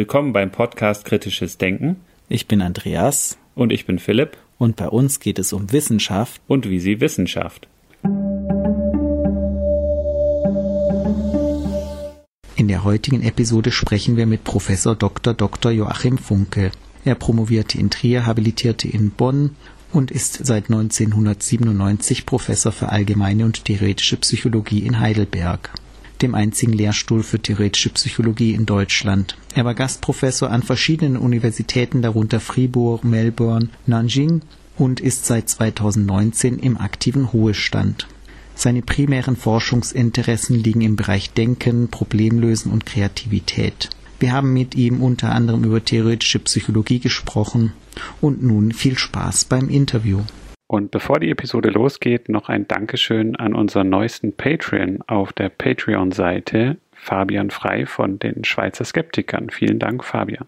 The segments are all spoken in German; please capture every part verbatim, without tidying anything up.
willkommen beim Podcast Kritisches Denken. Ich bin Andreas. Und ich bin Philipp. Und bei uns geht es um Wissenschaft. Und wie sie Wissenschaft. In der heutigen Episode sprechen wir mit Professor Doktor Doktor Joachim Funke. Er promovierte in Trier, habilitierte in Bonn und ist seit neunzehnhundertsiebenundneunzig Professor für allgemeine und theoretische Psychologie in Heidelberg, dem einzigen Lehrstuhl für theoretische Psychologie in Deutschland. Er war Gastprofessor an verschiedenen Universitäten, darunter Fribourg, Melbourne, Nanjing, und ist seit zweitausendneunzehn im aktiven Ruhestand. Seine primären Forschungsinteressen liegen im Bereich Denken, Problemlösen und Kreativität. Wir haben mit ihm unter anderem über theoretische Psychologie gesprochen. Und nun viel Spaß beim Interview. Und bevor die Episode losgeht, noch ein Dankeschön an unseren neuesten Patreon auf der Patreon-Seite, Fabian Frei von den Schweizer Skeptikern. Vielen Dank, Fabian.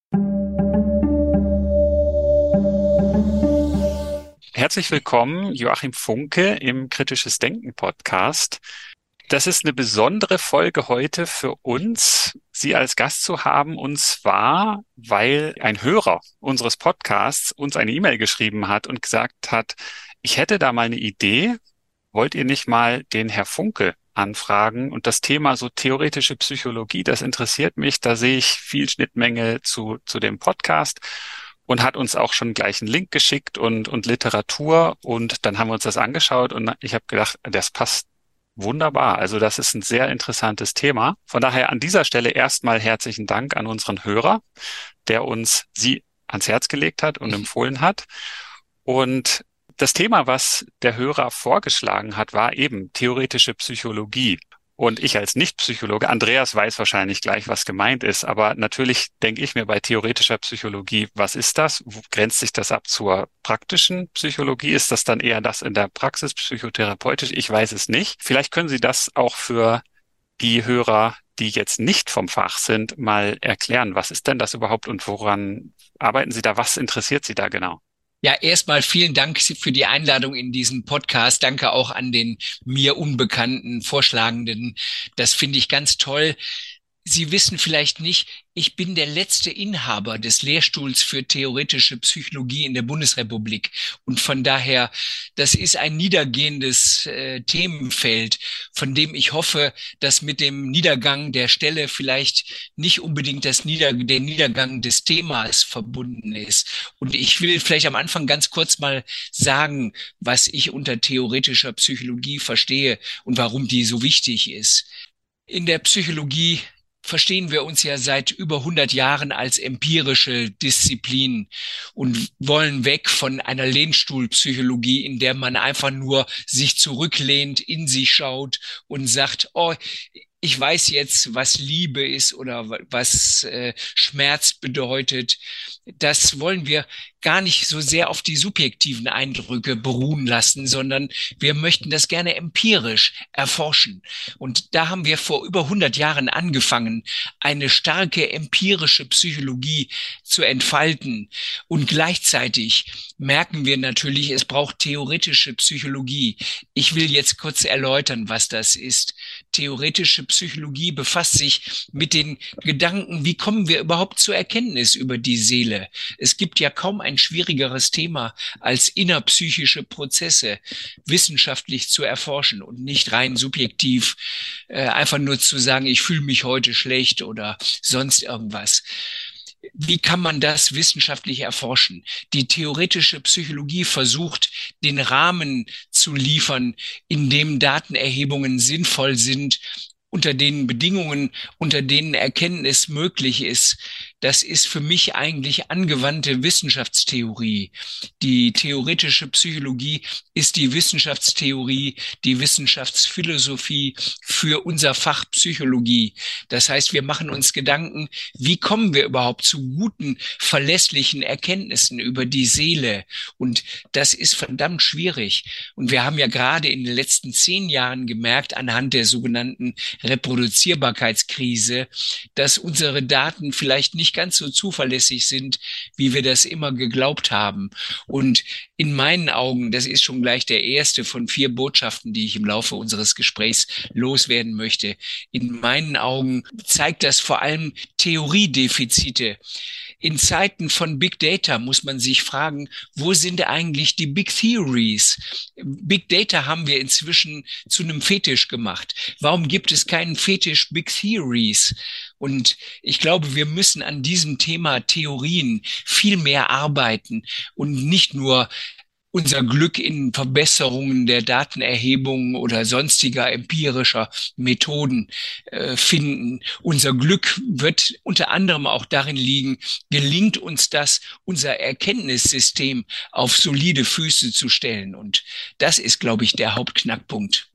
Herzlich willkommen, Joachim Funke im Kritisches Denken Podcast. Das ist eine besondere Folge heute für uns, Sie als Gast zu haben, und zwar, weil ein Hörer unseres Podcasts uns eine E-Mail geschrieben hat und gesagt hat, ich hätte da mal eine Idee, wollt ihr nicht mal den Herr Funke anfragen? Und das Thema so theoretische Psychologie, das interessiert mich, da sehe ich viel Schnittmenge zu, zu dem Podcast. Und hat uns auch schon gleich einen Link geschickt und, und Literatur. Und dann haben wir uns das angeschaut und ich habe gedacht, das passt wunderbar. Also das ist ein sehr interessantes Thema. Von daher an dieser Stelle erstmal herzlichen Dank an unseren Hörer, der uns Sie ans Herz gelegt hat und empfohlen hat. Und das Thema, was der Hörer vorgeschlagen hat, war eben theoretische Psychologie. Und ich als Nicht-Psychologe, Andreas weiß wahrscheinlich gleich, was gemeint ist, aber natürlich denke ich mir bei theoretischer Psychologie, was ist das? Wo grenzt sich das ab zur praktischen Psychologie? Ist das dann eher das in der Praxis psychotherapeutisch? Ich weiß es nicht. Vielleicht können Sie das auch für die Hörer, die jetzt nicht vom Fach sind, mal erklären. Was ist denn das überhaupt und woran arbeiten Sie da? Was interessiert Sie da genau? Ja, erstmal vielen Dank für die Einladung in diesen Podcast. Danke auch an den mir unbekannten Vorschlagenden. Das finde ich ganz toll. Sie wissen vielleicht nicht, ich bin der letzte Inhaber des Lehrstuhls für theoretische Psychologie in der Bundesrepublik. Und von daher, das ist ein niedergehendes äh, Themenfeld, von dem ich hoffe, dass mit dem Niedergang der Stelle vielleicht nicht unbedingt das Nieder- der Niedergang des Themas verbunden ist. Und ich will vielleicht am Anfang ganz kurz mal sagen, was ich unter theoretischer Psychologie verstehe und warum die so wichtig ist. In der Psychologie verstehen wir uns ja seit über hundert Jahren als empirische Disziplin und wollen weg von einer Lehnstuhlpsychologie, in der man einfach nur sich zurücklehnt, in sich schaut und sagt, oh, ich weiß jetzt, was Liebe ist oder was äh, Schmerz bedeutet. Das wollen wir gar nicht so sehr auf die subjektiven Eindrücke beruhen lassen, sondern wir möchten das gerne empirisch erforschen. Und da haben wir vor über hundert Jahren angefangen, eine starke empirische Psychologie zu entfalten. Und gleichzeitig merken wir natürlich, es braucht theoretische Psychologie. Ich will jetzt kurz erläutern, was das ist. Theoretische Psychologie befasst sich mit den Gedanken, wie kommen wir überhaupt zur Erkenntnis über die Seele? Es gibt ja kaum ein schwierigeres Thema als innerpsychische Prozesse wissenschaftlich zu erforschen und nicht rein subjektiv äh, einfach nur zu sagen, ich fühle mich heute schlecht oder sonst irgendwas. Wie kann man das wissenschaftlich erforschen? Die theoretische Psychologie versucht, den Rahmen zu liefern, in dem Datenerhebungen sinnvoll sind, unter den Bedingungen, unter denen Erkenntnis möglich ist. Das ist für mich eigentlich angewandte Wissenschaftstheorie. Die theoretische Psychologie ist die Wissenschaftstheorie, die Wissenschaftsphilosophie für unser Fach Psychologie. Das heißt, wir machen uns Gedanken, wie kommen wir überhaupt zu guten, verlässlichen Erkenntnissen über die Seele? Und das ist verdammt schwierig. Und wir haben ja gerade in den letzten zehn Jahren gemerkt, anhand der sogenannten Reproduzierbarkeitskrise, dass unsere Daten vielleicht nicht nicht ganz so zuverlässig sind, wie wir das immer geglaubt haben. Und in meinen Augen, das ist schon gleich der erste von vier Botschaften, die ich im Laufe unseres Gesprächs loswerden möchte. In meinen Augen zeigt das vor allem Theoriedefizite. In Zeiten von Big Data muss man sich fragen, wo sind eigentlich die Big Theories? Big Data haben wir inzwischen zu einem Fetisch gemacht. Warum gibt es keinen Fetisch Big Theories? Und ich glaube, wir müssen an diesem Thema Theorien viel mehr arbeiten und nicht nur unser Glück in Verbesserungen der Datenerhebung oder sonstiger empirischer Methoden äh, finden. Unser Glück wird unter anderem auch darin liegen, gelingt uns das, unser Erkenntnissystem auf solide Füße zu stellen. Und das ist, glaube ich, der Hauptknackpunkt.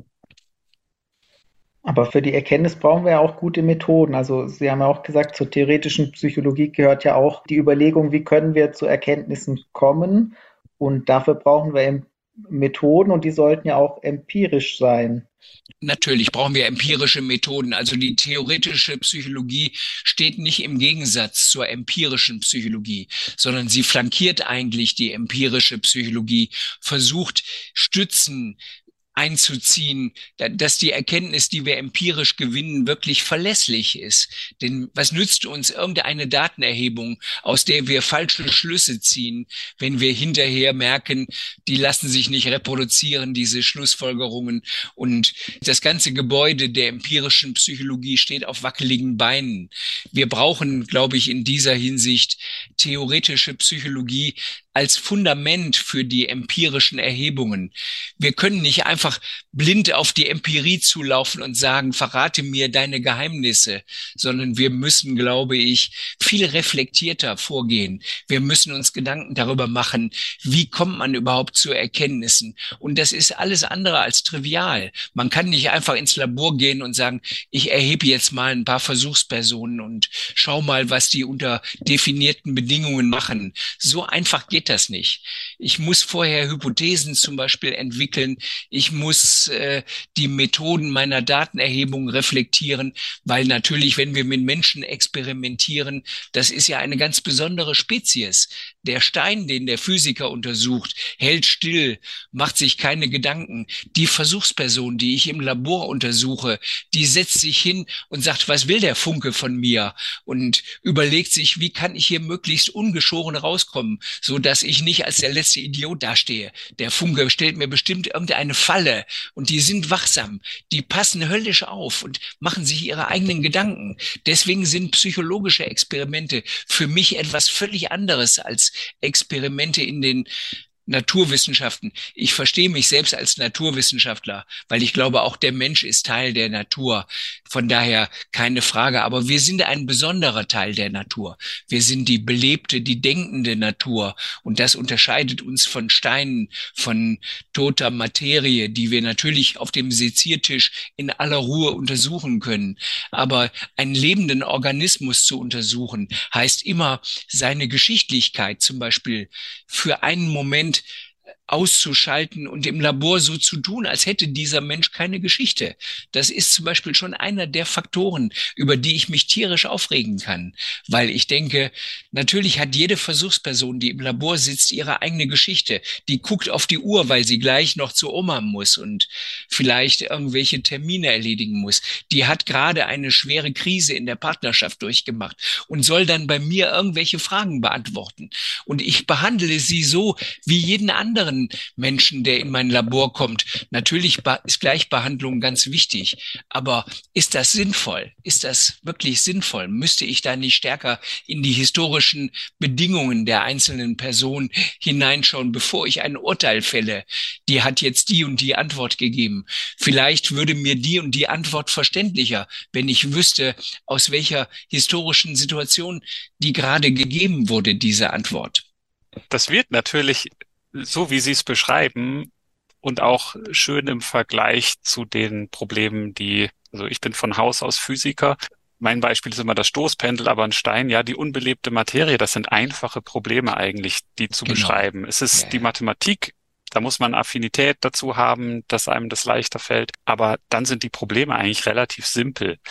Aber für die Erkenntnis brauchen wir ja auch gute Methoden. Also Sie haben ja auch gesagt, zur theoretischen Psychologie gehört ja auch die Überlegung, wie können wir zu Erkenntnissen kommen. Und dafür brauchen wir Methoden und die sollten ja auch empirisch sein. Natürlich brauchen wir empirische Methoden. Also die theoretische Psychologie steht nicht im Gegensatz zur empirischen Psychologie, sondern sie flankiert eigentlich die empirische Psychologie, versucht Stützen einzuziehen, dass die Erkenntnis, die wir empirisch gewinnen, wirklich verlässlich ist. Denn was nützt uns irgendeine Datenerhebung, aus der wir falsche Schlüsse ziehen, wenn wir hinterher merken, die lassen sich nicht reproduzieren, diese Schlussfolgerungen. Und das ganze Gebäude der empirischen Psychologie steht auf wackeligen Beinen. Wir brauchen, glaube ich, in dieser Hinsicht theoretische Psychologie als Fundament für die empirischen Erhebungen. Wir können nicht einfach blind auf die Empirie zulaufen und sagen, verrate mir deine Geheimnisse, sondern wir müssen, glaube ich, viel reflektierter vorgehen. Wir müssen uns Gedanken darüber machen, wie kommt man überhaupt zu Erkenntnissen? Und das ist alles andere als trivial. Man kann nicht einfach ins Labor gehen und sagen, ich erhebe jetzt mal ein paar Versuchspersonen und schau mal, was die unter definierten Bedingungen machen. So einfach geht das nicht. Ich muss vorher Hypothesen zum Beispiel entwickeln. Ich muss äh, die Methoden meiner Datenerhebung reflektieren, weil natürlich, wenn wir mit Menschen experimentieren, das ist ja eine ganz besondere Spezies. Der Stein, den der Physiker untersucht, hält still, macht sich keine Gedanken. Die Versuchsperson, die ich im Labor untersuche, die setzt sich hin und sagt, was will der Funke von mir? Und überlegt sich, wie kann ich hier möglichst ungeschoren rauskommen, so dass ich nicht als der letzte Idiot dastehe. Der Funke stellt mir bestimmt irgendeine Falle und die sind wachsam. Die passen höllisch auf und machen sich ihre eigenen Gedanken. Deswegen sind psychologische Experimente für mich etwas völlig anderes als Experimente in den Naturwissenschaften. Ich verstehe mich selbst als Naturwissenschaftler, weil ich glaube, auch der Mensch ist Teil der Natur. Von daher keine Frage. Aber wir sind ein besonderer Teil der Natur. Wir sind die belebte, die denkende Natur. Und das unterscheidet uns von Steinen, von toter Materie, die wir natürlich auf dem Seziertisch in aller Ruhe untersuchen können. Aber einen lebenden Organismus zu untersuchen, heißt immer, seine Geschichtlichkeit zum Beispiel für einen Moment auszuschalten und im Labor so zu tun, als hätte dieser Mensch keine Geschichte. Das ist zum Beispiel schon einer der Faktoren, über die ich mich tierisch aufregen kann, weil ich denke, natürlich hat jede Versuchsperson, die im Labor sitzt, ihre eigene Geschichte. Die guckt auf die Uhr, weil sie gleich noch zur Oma muss und vielleicht irgendwelche Termine erledigen muss. Die hat gerade eine schwere Krise in der Partnerschaft durchgemacht und soll dann bei mir irgendwelche Fragen beantworten. Und ich behandle sie so wie jeden anderen Menschen, der in mein Labor kommt. Natürlich ist Gleichbehandlung ganz wichtig, aber ist das sinnvoll? Ist das wirklich sinnvoll? Müsste ich da nicht stärker in die historischen Bedingungen der einzelnen Person hineinschauen, bevor ich ein Urteil fälle? Die hat jetzt die und die Antwort gegeben. Vielleicht würde mir die und die Antwort verständlicher, wenn ich wüsste, aus welcher historischen Situation die gerade gegeben wurde, diese Antwort. Das wird natürlich, so wie Sie es beschreiben, und auch schön im Vergleich zu den Problemen, die, also ich bin von Haus aus Physiker. Mein Beispiel ist immer das Stoßpendel, aber ein Stein, ja, die unbelebte Materie, das sind einfache Probleme eigentlich, die zu Genau. beschreiben. Es ist Ja, die ja. Mathematik, da muss man Affinität dazu haben, dass einem das leichter fällt. Aber dann sind die Probleme eigentlich relativ simpel.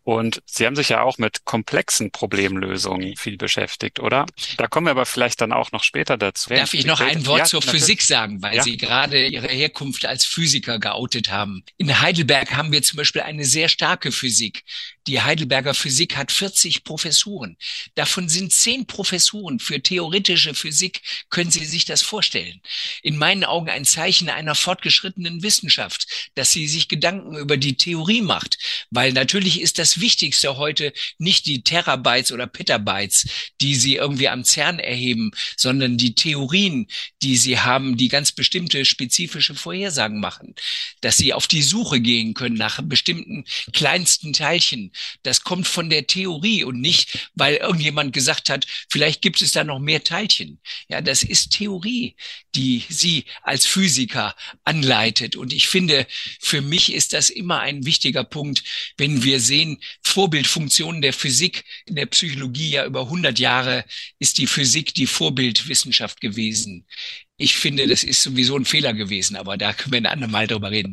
Und Sie haben sich ja auch mit komplexen Problemlösungen viel beschäftigt, oder? Da kommen wir aber vielleicht dann auch noch später dazu. Darf ich noch ein Wort ja, zur natürlich. Physik sagen, weil Ja. Sie gerade Ihre Herkunft als Physiker geoutet haben. In Heidelberg haben wir zum Beispiel eine sehr starke Physik. Die Heidelberger Physik hat vierzig Professuren. Davon sind zehn Professuren für theoretische Physik. Können Sie sich das vorstellen? In meinen Augen ein Zeichen einer fortgeschrittenen Wissenschaft, dass sie sich Gedanken über die Theorie macht. Weil natürlich ist das Wichtigste heute nicht die Terabytes oder Petabytes, die Sie irgendwie am CERN erheben, sondern die Theorien, die Sie haben, die ganz bestimmte spezifische Vorhersagen machen. Dass Sie auf die Suche gehen können nach bestimmten kleinsten Teilchen. Das kommt von der Theorie und nicht, weil irgendjemand gesagt hat, vielleicht gibt es da noch mehr Teilchen. Ja, das ist Theorie, die Sie als Physiker anleitet. Und ich finde, für mich ist das immer ein wichtiger Punkt, wenn wir sehen, Vorbildfunktionen der Physik in der Psychologie ja über hundert Jahre ist die Physik die Vorbildwissenschaft gewesen. Ich finde, das ist sowieso ein Fehler gewesen, aber da können wir ein andermal drüber reden.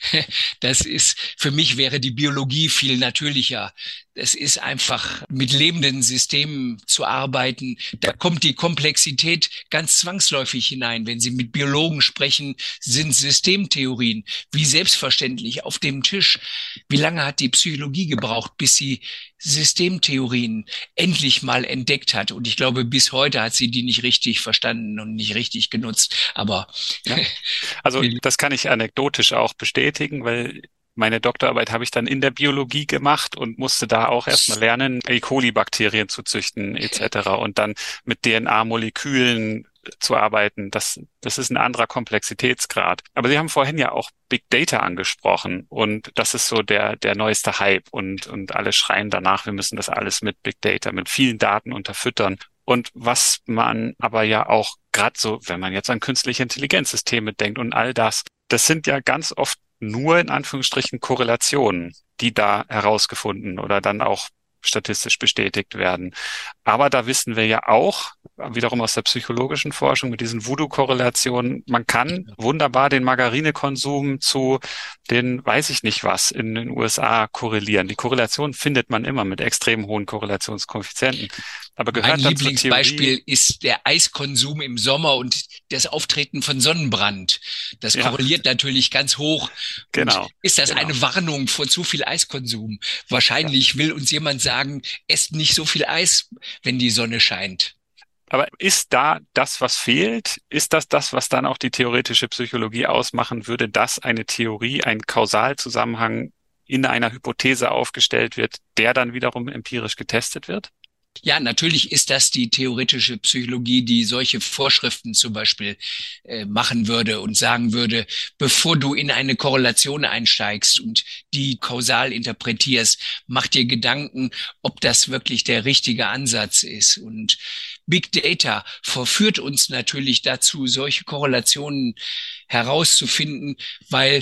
Das ist, für mich wäre die Biologie viel natürlicher. Es ist einfach mit lebenden Systemen zu arbeiten. Da kommt die Komplexität ganz zwangsläufig hinein. Wenn Sie mit Biologen sprechen, sind Systemtheorien wie selbstverständlich auf dem Tisch. Wie lange hat die Psychologie gebraucht, bis sie Systemtheorien endlich mal entdeckt hat? Und ich glaube, bis heute hat sie die nicht richtig verstanden und nicht richtig genutzt. Aber ja. Also das kann ich anekdotisch auch bestätigen, weil meine Doktorarbeit habe ich dann in der Biologie gemacht und musste da auch erstmal lernen, E. coli-Bakterien zu züchten et cetera und dann mit D N A-Molekülen zu arbeiten. Das, das ist ein anderer Komplexitätsgrad. Aber Sie haben vorhin ja auch Big Data angesprochen und das ist so der, der neueste Hype und, und alle schreien danach, wir müssen das alles mit Big Data, mit vielen Daten unterfüttern. Und was man aber ja auch gerade so, wenn man jetzt an künstliche Intelligenzsysteme denkt und all das, das sind ja ganz oft nur in Anführungsstrichen Korrelationen, die da herausgefunden oder dann auch statistisch bestätigt werden. Aber da wissen wir ja auch, wiederum aus der psychologischen Forschung mit diesen Voodoo-Korrelationen, man kann wunderbar den Margarinekonsum zu den, weiß ich nicht was, in den U S A korrelieren. Die Korrelation findet man immer mit extrem hohen Korrelationskoeffizienten. Aber gehört mein Lieblingsbeispiel ist der Eiskonsum im Sommer und das Auftreten von Sonnenbrand. Das ja. korreliert natürlich ganz hoch. Genau. Und ist das genau. eine Warnung vor zu viel Eiskonsum? Wahrscheinlich ja. will uns jemand sagen, esst nicht so viel Eis, wenn die Sonne scheint. Aber ist da das, was fehlt? Ist das das, was dann auch die theoretische Psychologie ausmachen würde, dass eine Theorie, ein Kausalzusammenhang in einer Hypothese aufgestellt wird, der dann wiederum empirisch getestet wird? Ja, natürlich ist das die theoretische Psychologie, die solche Vorschriften zum Beispiel äh, machen würde und sagen würde, bevor du in eine Korrelation einsteigst und die kausal interpretierst, mach dir Gedanken, ob das wirklich der richtige Ansatz ist. Und Big Data verführt uns natürlich dazu, solche Korrelationen herauszufinden, weil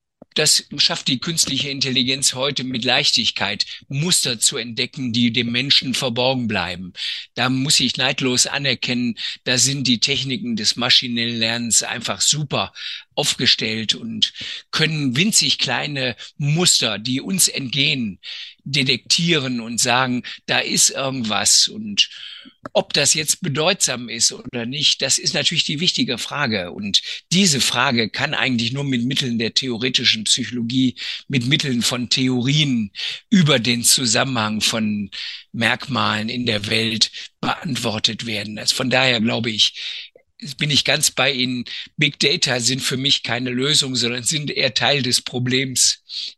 das schafft die künstliche Intelligenz heute mit Leichtigkeit, Muster zu entdecken, die dem Menschen verborgen bleiben. Da muss ich neidlos anerkennen, da sind die Techniken des maschinellen Lernens einfach super aufgestellt und können winzig kleine Muster, die uns entgehen, detektieren und sagen, da ist irgendwas. Und ob das jetzt bedeutsam ist oder nicht, das ist natürlich die wichtige Frage. Und diese Frage kann eigentlich nur mit Mitteln der theoretischen Psychologie, mit Mitteln von Theorien über den Zusammenhang von Merkmalen in der Welt beantwortet werden. Also von daher glaube ich, bin ich ganz bei Ihnen. Big Data sind für mich keine Lösung, sondern sind eher Teil des Problems.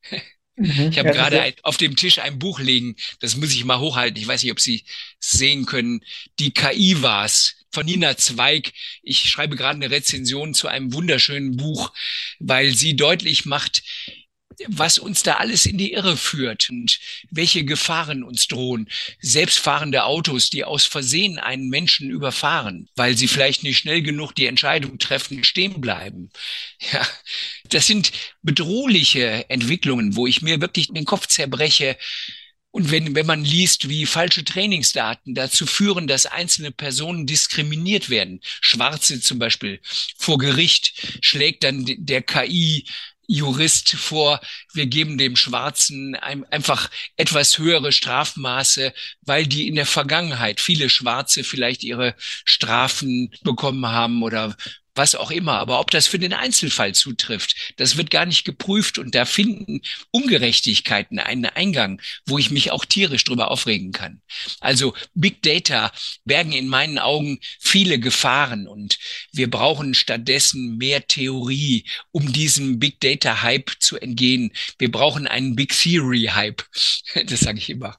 Mhm, ich habe ja, gerade ein, auf dem Tisch ein Buch liegen, das muss ich mal hochhalten. Ich weiß nicht, ob Sie es sehen können. Die K I war's von Nina Zweig. Ich schreibe gerade eine Rezension zu einem wunderschönen Buch, weil sie deutlich macht, was uns da alles in die Irre führt und welche Gefahren uns drohen. Selbstfahrende Autos, die aus Versehen einen Menschen überfahren, weil sie vielleicht nicht schnell genug die Entscheidung treffen, stehen bleiben. Ja, das sind bedrohliche Entwicklungen, wo ich mir wirklich den Kopf zerbreche. Und wenn, wenn man liest, wie falsche Trainingsdaten dazu führen, dass einzelne Personen diskriminiert werden, Schwarze zum Beispiel vor Gericht, schlägt dann der K I Jurist vor, wir geben dem Schwarzen ein, einfach etwas höhere Strafmaße, weil die in der Vergangenheit viele Schwarze vielleicht ihre Strafen bekommen haben oder was auch immer. Aber ob das für den Einzelfall zutrifft, das wird gar nicht geprüft. Und da finden Ungerechtigkeiten einen Eingang, wo ich mich auch tierisch drüber aufregen kann. Also Big Data bergen in meinen Augen viele Gefahren und wir brauchen stattdessen mehr Theorie, um diesem Big Data Hype zu entgehen. Wir brauchen einen Big Theory Hype. Das sage ich immer.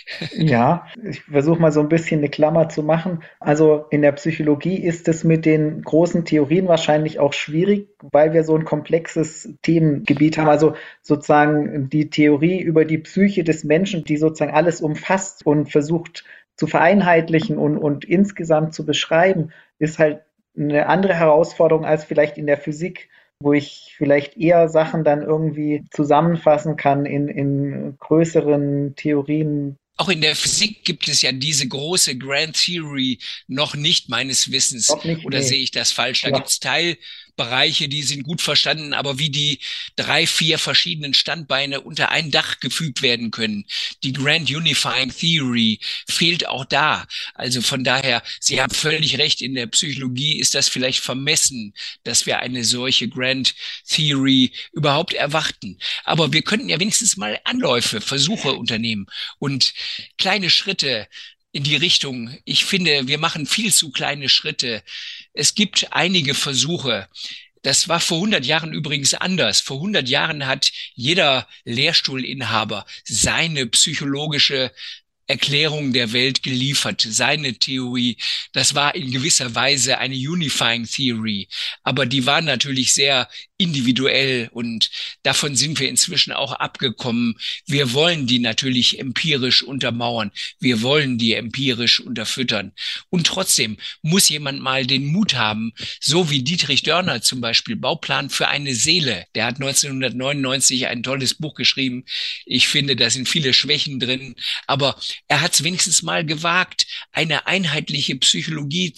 Ja, ich versuche mal so ein bisschen eine Klammer zu machen. Also in der Psychologie ist es mit den großen Theorien wahrscheinlich auch schwierig, weil wir so ein komplexes Themengebiet haben. Also sozusagen die Theorie über die Psyche des Menschen, die sozusagen alles umfasst und versucht zu vereinheitlichen und, und insgesamt zu beschreiben, ist halt eine andere Herausforderung als vielleicht in der Physik, wo ich vielleicht eher Sachen dann irgendwie zusammenfassen kann in, in größeren Theorien. Auch in der Physik gibt es ja diese große Grand Theory noch nicht meines Wissens. Noch nicht, Oder nee. sehe ich das falsch? Da Ja. gibt es Teilbereiche, die sind gut verstanden, aber wie die drei, vier verschiedenen Standbeine unter ein Dach gefügt werden können, die Grand Unifying Theory fehlt auch da. Also von daher, Sie haben völlig recht, in der Psychologie ist das vielleicht vermessen, dass wir eine solche Grand Theory überhaupt erwarten. Aber wir könnten ja wenigstens mal Anläufe, Versuche unternehmen und kleine Schritte in die Richtung. Ich finde, wir machen viel zu kleine Schritte. Es gibt einige Versuche. Das war vor hundert Jahren übrigens anders. Vor hundert Jahren hat jeder Lehrstuhlinhaber seine psychologische Erklärung der Welt geliefert, seine Theorie. Das war in gewisser Weise eine Unifying Theory, aber die war natürlich sehr individuell und davon sind wir inzwischen auch abgekommen. Wir wollen die natürlich empirisch untermauern, wir wollen die empirisch unterfüttern. Und trotzdem muss jemand mal den Mut haben, so wie Dietrich Dörner zum Beispiel, Bauplan für eine Seele. Der hat neunzehnhundertneunundneunzig ein tolles Buch geschrieben. Ich finde, da sind viele Schwächen drin, aber er hat es wenigstens mal gewagt, eine einheitliche Psychologie,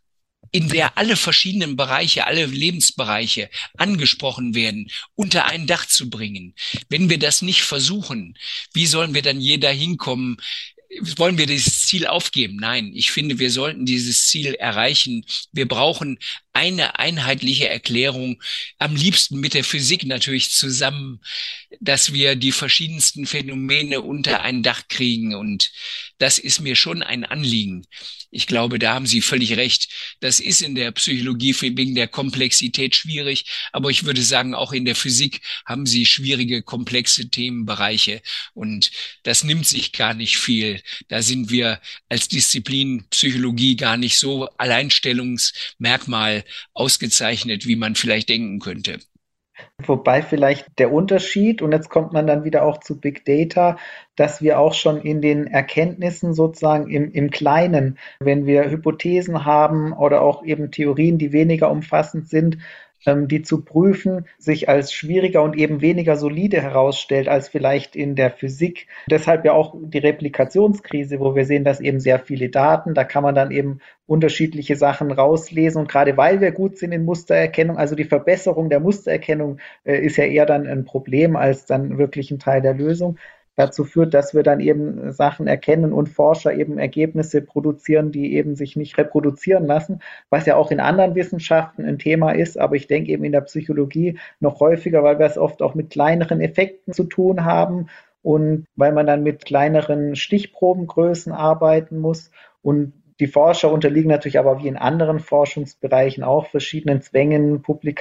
in der alle verschiedenen Bereiche, alle Lebensbereiche angesprochen werden, unter ein Dach zu bringen. Wenn wir das nicht versuchen, wie sollen wir dann je dahin kommen? Wollen wir dieses Ziel aufgeben? Nein, ich finde, wir sollten dieses Ziel erreichen. Wir brauchen eine einheitliche Erklärung, am liebsten mit der Physik natürlich zusammen, dass wir die verschiedensten Phänomene unter ein Dach kriegen. Und das ist mir schon ein Anliegen. Ich glaube, da haben Sie völlig recht. Das ist in der Psychologie wegen der Komplexität schwierig. Aber ich würde sagen, auch in der Physik haben Sie schwierige, komplexe Themenbereiche. Und das nimmt sich gar nicht viel. Da sind wir als Disziplin Psychologie gar nicht so Alleinstellungsmerkmal ausgezeichnet, wie man vielleicht denken könnte. Wobei vielleicht der Unterschied, und jetzt kommt man dann wieder auch zu Big Data, dass wir auch schon in den Erkenntnissen sozusagen im, im Kleinen, wenn wir Hypothesen haben oder auch eben Theorien, die weniger umfassend sind, ähm, die zu prüfen, sich als schwieriger und eben weniger solide herausstellt als vielleicht in der Physik. Deshalb ja auch die Replikationskrise, wo wir sehen, dass eben sehr viele Daten, da kann man dann eben unterschiedliche Sachen rauslesen und gerade weil wir gut sind in Mustererkennung, also die Verbesserung der Mustererkennung äh, ist ja eher dann ein Problem als dann wirklich ein Teil der Lösung. Dazu führt, dass wir dann eben Sachen erkennen und Forscher eben Ergebnisse produzieren, die eben sich nicht reproduzieren lassen, was ja auch in anderen Wissenschaften ein Thema ist, aber ich denke eben in der Psychologie noch häufiger, weil wir es oft auch mit kleineren Effekten zu tun haben und weil man dann mit kleineren Stichprobengrößen arbeiten muss und die Forscher unterliegen natürlich aber wie in anderen Forschungsbereichen auch verschiedenen Zwängen,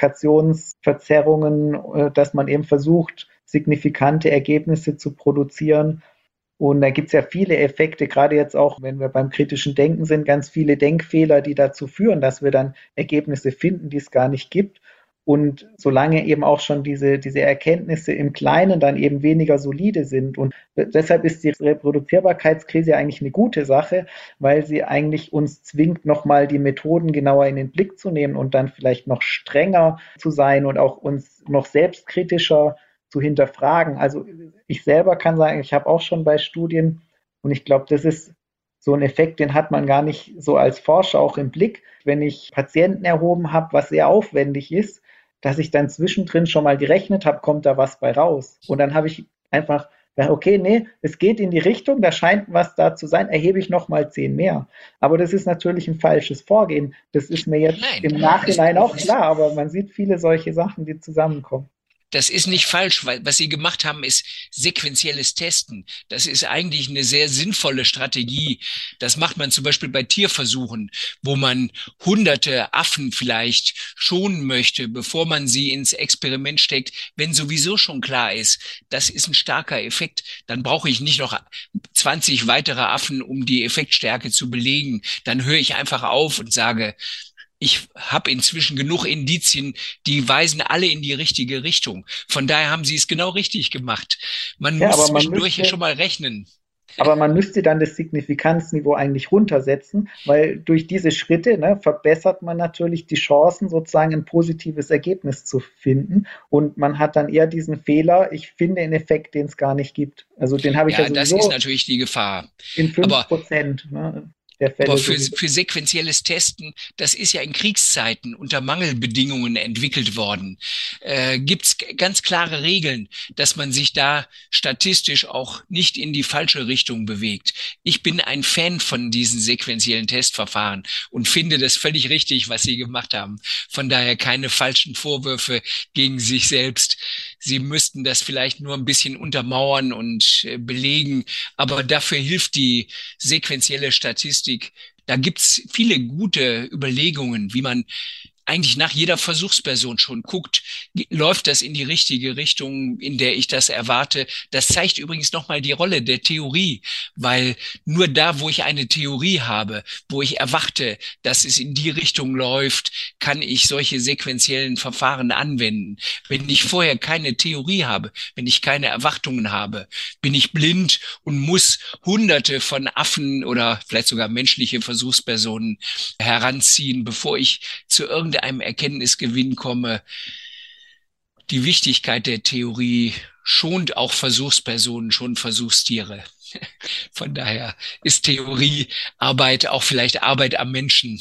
Publikationsverzerrungen, dass man eben versucht, signifikante Ergebnisse zu produzieren. Und da gibt es ja viele Effekte, gerade jetzt auch, wenn wir beim kritischen Denken sind, ganz viele Denkfehler, die dazu führen, dass wir dann Ergebnisse finden, die es gar nicht gibt. Und solange eben auch schon diese, diese Erkenntnisse im Kleinen dann eben weniger solide sind. Und deshalb ist die Reproduzierbarkeitskrise eigentlich eine gute Sache, weil sie eigentlich uns zwingt, nochmal die Methoden genauer in den Blick zu nehmen und dann vielleicht noch strenger zu sein und auch uns noch selbstkritischer zu hinterfragen. Also ich selber kann sagen, ich habe auch schon bei Studien und ich glaube, das ist so ein Effekt, den hat man gar nicht so als Forscher auch im Blick. Wenn ich Patienten erhoben habe, was sehr aufwendig ist, dass ich dann zwischendrin schon mal gerechnet habe, kommt da was bei raus. Und dann habe ich einfach, ja, okay, nee, es geht in die Richtung, da scheint was da zu sein, erhebe ich noch mal zehn mehr. Aber das ist natürlich ein falsches Vorgehen. Das ist mir jetzt Nein, im Nachhinein auch klar, aber man sieht viele solche Sachen, die zusammenkommen. das ist nicht falsch, weil was Sie gemacht haben, ist sequentielles Testen. Das ist eigentlich eine sehr sinnvolle Strategie. Das macht man zum Beispiel bei Tierversuchen, wo man hunderte Affen vielleicht schonen möchte, bevor man sie ins Experiment steckt, wenn sowieso schon klar ist, das ist ein starker Effekt. Dann brauche ich nicht noch zwanzig weitere Affen, um die Effektstärke zu belegen. Dann höre ich einfach auf und sage, ich habe inzwischen genug Indizien, die weisen alle in die richtige Richtung. Von daher haben Sie es genau richtig gemacht. Man Ja, muss aber man zwischendurch müsste, schon mal rechnen. aber man müsste dann das Signifikanzniveau eigentlich runtersetzen, weil durch diese Schritte, ne, verbessert man natürlich die Chancen, sozusagen ein positives Ergebnis zu finden. Und man hat dann eher diesen Fehler, ich finde einen Effekt, den es gar nicht gibt. Also den habe ich ja Ja, das ist sowieso natürlich die Gefahr. in fünf Aber Prozent ne, der Aber Fälle für, sowieso. für sequentielles Testen, das ist ja in Kriegszeiten unter Mangelbedingungen entwickelt worden, äh, gibt's g- ganz klare Regeln, dass man sich da statistisch auch nicht in die falsche Richtung bewegt. Ich bin ein Fan von diesen sequentiellen Testverfahren und finde das völlig richtig, was Sie gemacht haben. Von daher keine falschen Vorwürfe gegen sich selbst. Sie müssten das vielleicht nur ein bisschen untermauern und äh, belegen, aber dafür hilft die sequentielle Statistik. Da gibt's viele gute Überlegungen, wie man eigentlich nach jeder Versuchsperson schon guckt, läuft das in die richtige Richtung, in der ich das erwarte. Das zeigt übrigens nochmal die Rolle der Theorie, weil nur da, wo ich eine Theorie habe, wo ich erwarte, dass es in die Richtung läuft, kann ich solche sequentiellen Verfahren anwenden. Wenn ich vorher keine Theorie habe, wenn ich keine Erwartungen habe, bin ich blind und muss hunderte von Affen oder vielleicht sogar menschliche Versuchspersonen heranziehen, bevor ich zu irgendeinem Erkenntnisgewinn komme. Die Wichtigkeit der Theorie schont auch Versuchspersonen, schon Versuchstiere. Von daher ist Theoriearbeit auch vielleicht Arbeit am Menschen.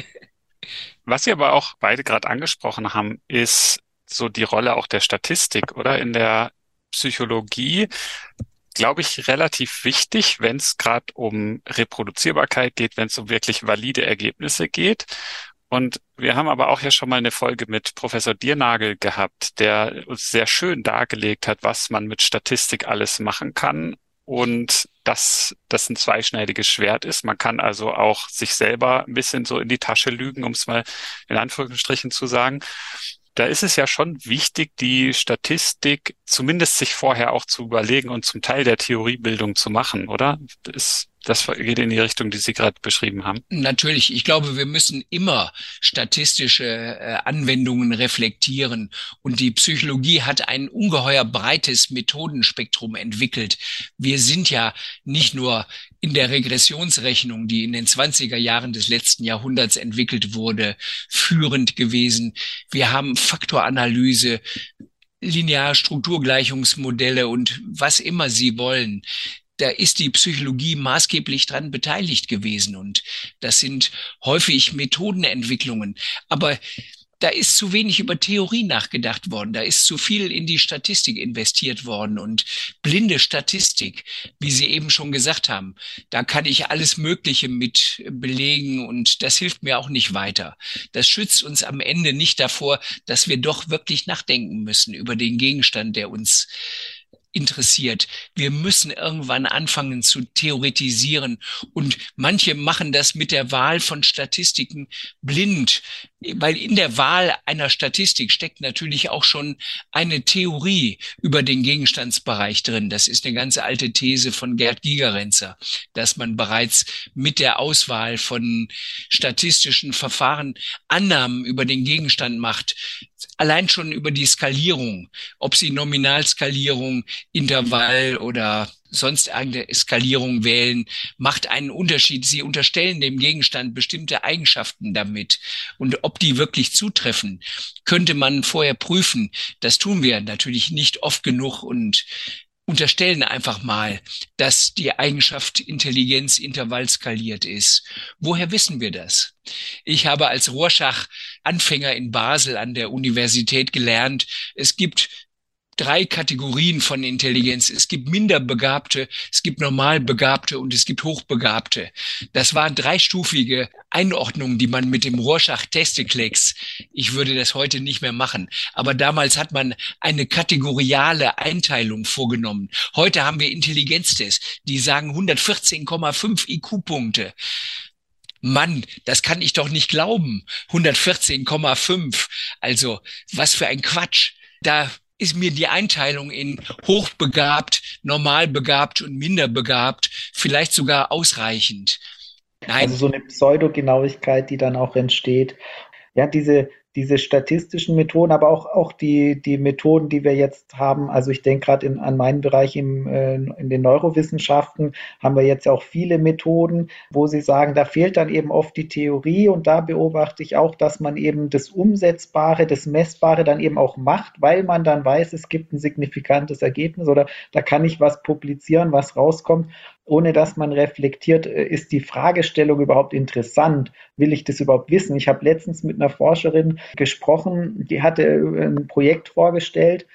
Was Sie aber auch beide gerade angesprochen haben, ist so die Rolle auch der Statistik, oder? In der Psychologie, glaube ich, relativ wichtig, wenn es gerade um Reproduzierbarkeit geht, wenn es um wirklich valide Ergebnisse geht. Und wir haben aber auch ja schon mal eine Folge mit Professor Diernagel gehabt, der uns sehr schön dargelegt hat, was man mit Statistik alles machen kann und dass das ein zweischneidiges Schwert ist. Man kann also auch sich selber ein bisschen so in die Tasche lügen, um es mal in Anführungsstrichen zu sagen. Da ist es ja schon wichtig, die Statistik zumindest sich vorher auch zu überlegen und zum Teil der Theoriebildung zu machen, oder? Das, das geht in die Richtung, die Sie gerade beschrieben haben. Natürlich, ich glaube, wir müssen immer statistische äh, Anwendungen reflektieren. Und die Psychologie hat ein ungeheuer breites Methodenspektrum entwickelt. Wir sind ja nicht nur in der Regressionsrechnung, die in den zwanziger Jahren des letzten Jahrhunderts entwickelt wurde, führend gewesen. Wir haben Faktoranalyse, Linearstrukturgleichungsmodelle und was immer Sie wollen. Da ist die Psychologie maßgeblich dran beteiligt gewesen. Und das sind häufig Methodenentwicklungen. Aber da ist zu wenig über Theorie nachgedacht worden. Da ist zu viel in die Statistik investiert worden. Und blinde Statistik, wie Sie eben schon gesagt haben, da kann ich alles Mögliche mit belegen und das hilft mir auch nicht weiter. Das schützt uns am Ende nicht davor, dass wir doch wirklich nachdenken müssen über den Gegenstand, der uns interessiert. Wir müssen irgendwann anfangen zu theoretisieren und manche machen das mit der Wahl von Statistiken blind, weil in der Wahl einer Statistik steckt natürlich auch schon eine Theorie über den Gegenstandsbereich drin. Das ist eine ganz alte These von Gerd Gigerenzer, dass man bereits mit der Auswahl von statistischen Verfahren Annahmen über den Gegenstand macht. Allein schon über die Skalierung, ob Sie Nominalskalierung, Intervall oder sonst irgendeine Skalierung wählen, macht einen Unterschied. Sie unterstellen dem Gegenstand bestimmte Eigenschaften damit. Und ob die wirklich zutreffen, könnte man vorher prüfen. Das tun wir natürlich nicht oft genug und unterstellen einfach mal, dass die Eigenschaft Intelligenz intervallskaliert ist. Woher wissen wir das? Ich habe als Rorschach-Anfänger in Basel an der Universität gelernt, es gibt drei Kategorien von Intelligenz. Es gibt Minderbegabte, es gibt Normalbegabte und es gibt Hochbegabte. Das waren dreistufige Einordnungen, die man mit dem Rorschach-Testeklecks, ich würde das heute nicht mehr machen, aber damals hat man eine kategoriale Einteilung vorgenommen. Heute haben wir Intelligenztests, die sagen hundertvierzehn Komma fünf I Q-Punkte. Mann, das kann ich doch nicht glauben. hundertvierzehn Komma fünf. Also, was für ein Quatsch. Da ist mir die Einteilung in hochbegabt, normalbegabt und minderbegabt vielleicht sogar ausreichend. Nein. Also so eine Pseudogenauigkeit, die dann auch entsteht. Ja, diese, diese statistischen Methoden, aber auch, auch die, die Methoden, die wir jetzt haben. Also ich denke gerade in, an meinen Bereich im, äh, in den Neurowissenschaften haben wir jetzt auch viele Methoden, wo sie sagen, da fehlt dann eben oft die Theorie, und da beobachte ich auch, dass man eben das Umsetzbare, das Messbare dann eben auch macht, weil man dann weiß, es gibt ein signifikantes Ergebnis oder da kann ich was publizieren, was rauskommt, ohne dass man reflektiert, ist die Fragestellung überhaupt interessant? Will ich das überhaupt wissen? Ich habe letztens mit einer Forscherin gesprochen, die hatte ein Projekt vorgestellt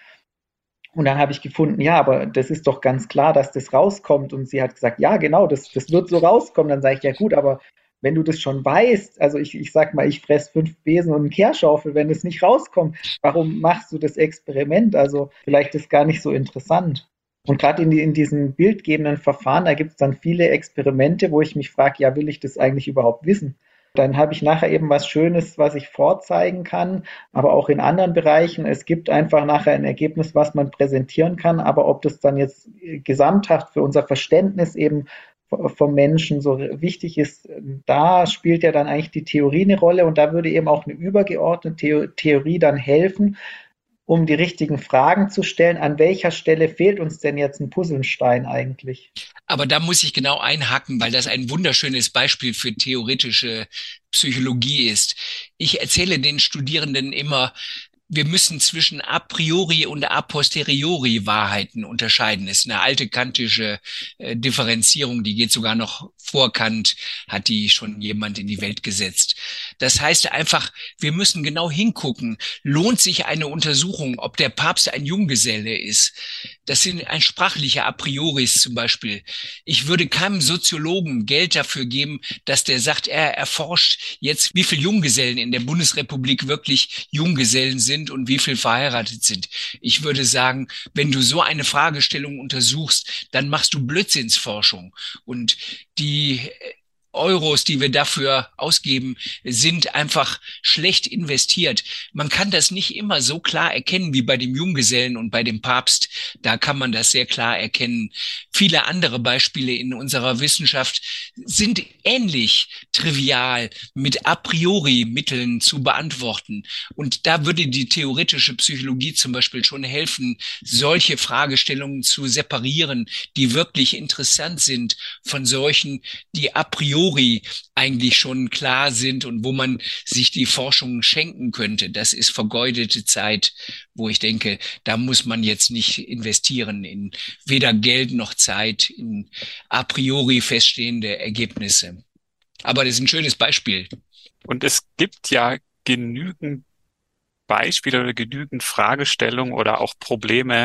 und dann habe ich gefunden, ja, aber das ist doch ganz klar, dass das rauskommt, und sie hat gesagt, ja, genau, das, das wird so rauskommen. Dann sage ich, ja gut, aber wenn du das schon weißt, also ich, ich sag mal, ich fresse fünf Besen und eine Kehrschaufel, wenn das nicht rauskommt, warum machst du das Experiment? Also vielleicht ist gar nicht so interessant. Und gerade in, die, in diesen bildgebenden Verfahren, da gibt es dann viele Experimente, wo ich mich frage, ja, will ich das eigentlich überhaupt wissen? Dann habe ich nachher eben was Schönes, was ich vorzeigen kann, aber auch in anderen Bereichen. Es gibt einfach nachher ein Ergebnis, was man präsentieren kann, aber ob das dann jetzt gesamthaft für unser Verständnis eben vom Menschen so wichtig ist, da spielt ja dann eigentlich die Theorie eine Rolle, und da würde eben auch eine übergeordnete Theorie dann helfen, um die richtigen Fragen zu stellen. An welcher Stelle fehlt uns denn jetzt ein Puzzlestein eigentlich? Aber da muss ich genau einhaken, weil das ein wunderschönes Beispiel für theoretische Psychologie ist. Ich erzähle den Studierenden immer, wir müssen zwischen a priori und a posteriori Wahrheiten unterscheiden. Das ist eine alte kantische äh, Differenzierung, die geht sogar noch vor Kant, hat die schon jemand in die Welt gesetzt. Das heißt einfach, wir müssen genau hingucken, lohnt sich eine Untersuchung, ob der Papst ein Junggeselle ist. Das sind ein sprachlicher a prioris zum Beispiel. Ich würde keinem Soziologen Geld dafür geben, dass der sagt, er erforscht jetzt, wie viele Junggesellen in der Bundesrepublik wirklich Junggesellen sind und wie viel verheiratet sind. Ich würde sagen, wenn du so eine Fragestellung untersuchst, dann machst du Blödsinnsforschung. Und die Euros, die wir dafür ausgeben, sind einfach schlecht investiert. Man kann das nicht immer so klar erkennen wie bei dem Junggesellen und bei dem Papst. Da kann man das sehr klar erkennen. Viele andere Beispiele in unserer Wissenschaft sind ähnlich trivial mit a priori Mitteln zu beantworten. Und da würde die theoretische Psychologie zum Beispiel schon helfen, solche Fragestellungen zu separieren, die wirklich interessant sind von solchen, die a priori eigentlich schon klar sind und wo man sich die Forschung schenken könnte. Das ist vergeudete Zeit, wo ich denke, da muss man jetzt nicht investieren in weder Geld noch Zeit, in a priori feststehende Ergebnisse. Aber das ist ein schönes Beispiel. Und es gibt ja genügend Beispiele oder genügend Fragestellungen oder auch Probleme,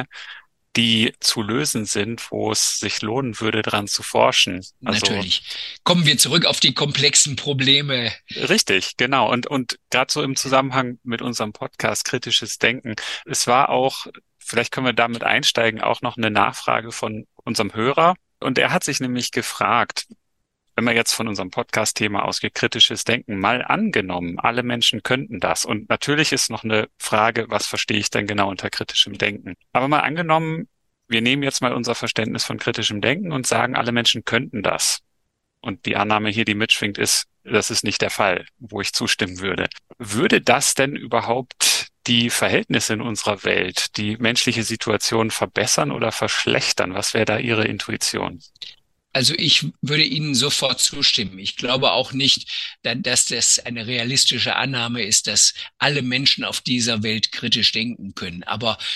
die zu lösen sind, wo es sich lohnen würde, dran zu forschen. Also, natürlich. Kommen wir zurück auf die komplexen Probleme. Richtig, genau. Und, und gerade so im Zusammenhang mit unserem Podcast Kritisches Denken, es war auch, vielleicht können wir damit einsteigen, auch noch eine Nachfrage von unserem Hörer. Und er hat sich nämlich gefragt, wenn man jetzt von unserem Podcast-Thema ausgeht, kritisches Denken, mal angenommen, alle Menschen könnten das. Und natürlich ist noch eine Frage, was verstehe ich denn genau unter kritischem Denken? Aber mal angenommen, wir nehmen jetzt mal unser Verständnis von kritischem Denken und sagen, alle Menschen könnten das. Und die Annahme hier, die mitschwingt, ist, das ist nicht der Fall, wo ich zustimmen würde. Würde das denn überhaupt die Verhältnisse in unserer Welt, die menschliche Situation verbessern oder verschlechtern? Was wäre da Ihre Intuition? Also ich würde Ihnen sofort zustimmen. Ich glaube auch nicht, dass das eine realistische Annahme ist, dass alle Menschen auf dieser Welt kritisch denken können. Aber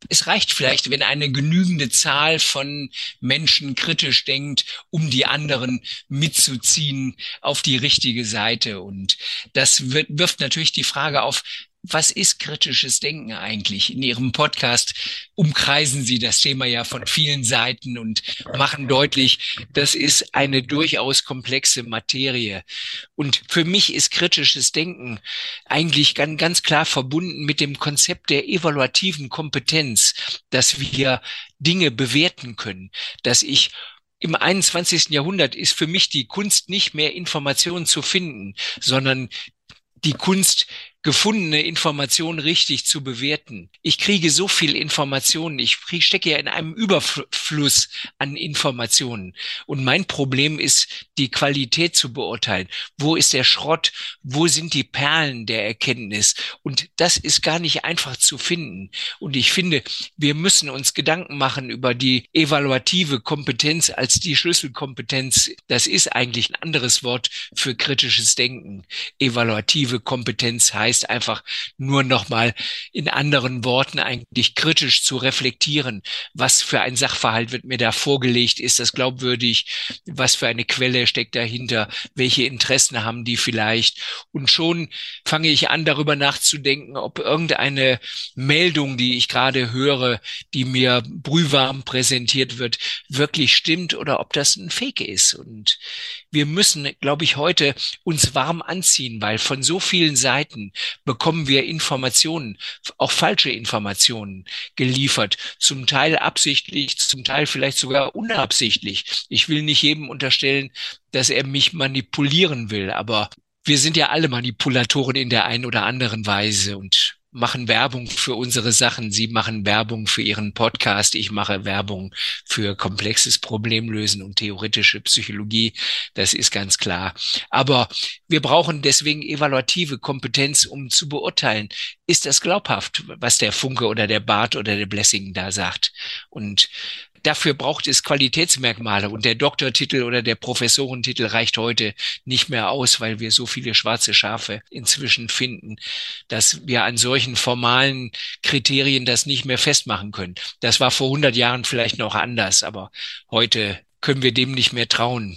Es reicht vielleicht, wenn eine genügende Zahl von Menschen kritisch denkt, um die anderen mitzuziehen auf die richtige Seite. Und das wird, wirft natürlich die Frage auf, was ist kritisches Denken eigentlich? In Ihrem Podcast umkreisen Sie das Thema ja von vielen Seiten und machen deutlich, das ist eine durchaus komplexe Materie. Und für mich ist kritisches Denken eigentlich ganz, ganz klar verbunden mit dem Konzept der evaluativen Kompetenz, dass wir Dinge bewerten können, dass ich im einundzwanzigsten Jahrhundert ist für mich die Kunst nicht mehr Informationen zu finden, sondern die Kunst, gefundene Informationen richtig zu bewerten. Ich kriege so viel Informationen, ich stecke ja in einem Überfluss an Informationen. Und mein Problem ist, die Qualität zu beurteilen. Wo ist der Schrott? Wo sind die Perlen der Erkenntnis? Und das ist gar nicht einfach zu finden. Und ich finde, wir müssen uns Gedanken machen über die evaluative Kompetenz als die Schlüsselkompetenz. Das ist eigentlich ein anderes Wort für kritisches Denken. Evaluative Kompetenz heißt einfach nur nochmal in anderen Worten eigentlich kritisch zu reflektieren. Was für ein Sachverhalt wird mir da vorgelegt? Ist das glaubwürdig? Was für eine Quelle steckt dahinter? Welche Interessen haben die vielleicht? Und schon fange ich an, darüber nachzudenken, ob irgendeine Meldung, die ich gerade höre, die mir brühwarm präsentiert wird, wirklich stimmt oder ob das ein Fake ist. Und wir müssen, glaube ich, heute uns warm anziehen, weil von so vielen Seiten bekommen wir Informationen, auch falsche Informationen geliefert, zum Teil absichtlich, zum Teil vielleicht sogar unabsichtlich. Ich will nicht jedem unterstellen, dass er mich manipulieren will, aber wir sind ja alle Manipulatoren in der einen oder anderen Weise und machen Werbung für unsere Sachen. Sie machen Werbung für Ihren Podcast. Ich mache Werbung für komplexes Problemlösen und theoretische Psychologie. Das ist ganz klar. Aber wir brauchen deswegen evaluative Kompetenz, um zu beurteilen, ist das glaubhaft, was der Funke oder der Barth oder der Blessing da sagt. Und dafür braucht es Qualitätsmerkmale und der Doktortitel oder der Professorentitel reicht heute nicht mehr aus, weil wir so viele schwarze Schafe inzwischen finden, dass wir an solchen formalen Kriterien das nicht mehr festmachen können. Das war vor hundert Jahren vielleicht noch anders, aber heute können wir dem nicht mehr trauen.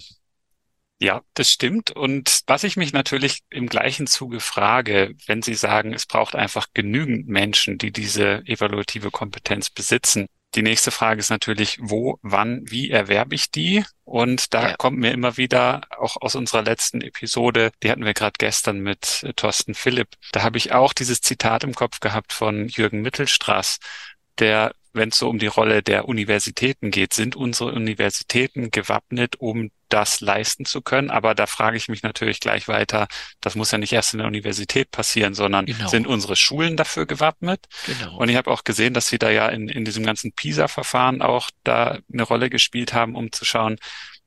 Ja, das stimmt. Und was ich mich natürlich im gleichen Zuge frage, wenn Sie sagen, es braucht einfach genügend Menschen, die diese evaluative Kompetenz besitzen. Die nächste Frage ist natürlich, wo, wann, wie erwerbe ich die? Und da ja. kommt mir immer wieder, auch aus unserer letzten Episode, die hatten wir gerade gestern mit äh, Thorsten Philipp, da habe ich auch dieses Zitat im Kopf gehabt von Jürgen Mittelstraß, der, wenn es so um die Rolle der Universitäten geht, sind unsere Universitäten gewappnet, um das leisten zu können? Aber da frage ich mich natürlich gleich weiter, das muss ja nicht erst in der Universität passieren, sondern Genau. sind unsere Schulen dafür gewappnet? Genau. Und ich habe auch gesehen, dass Sie da ja in, in diesem ganzen PISA-Verfahren auch da eine Rolle gespielt haben, um zu schauen,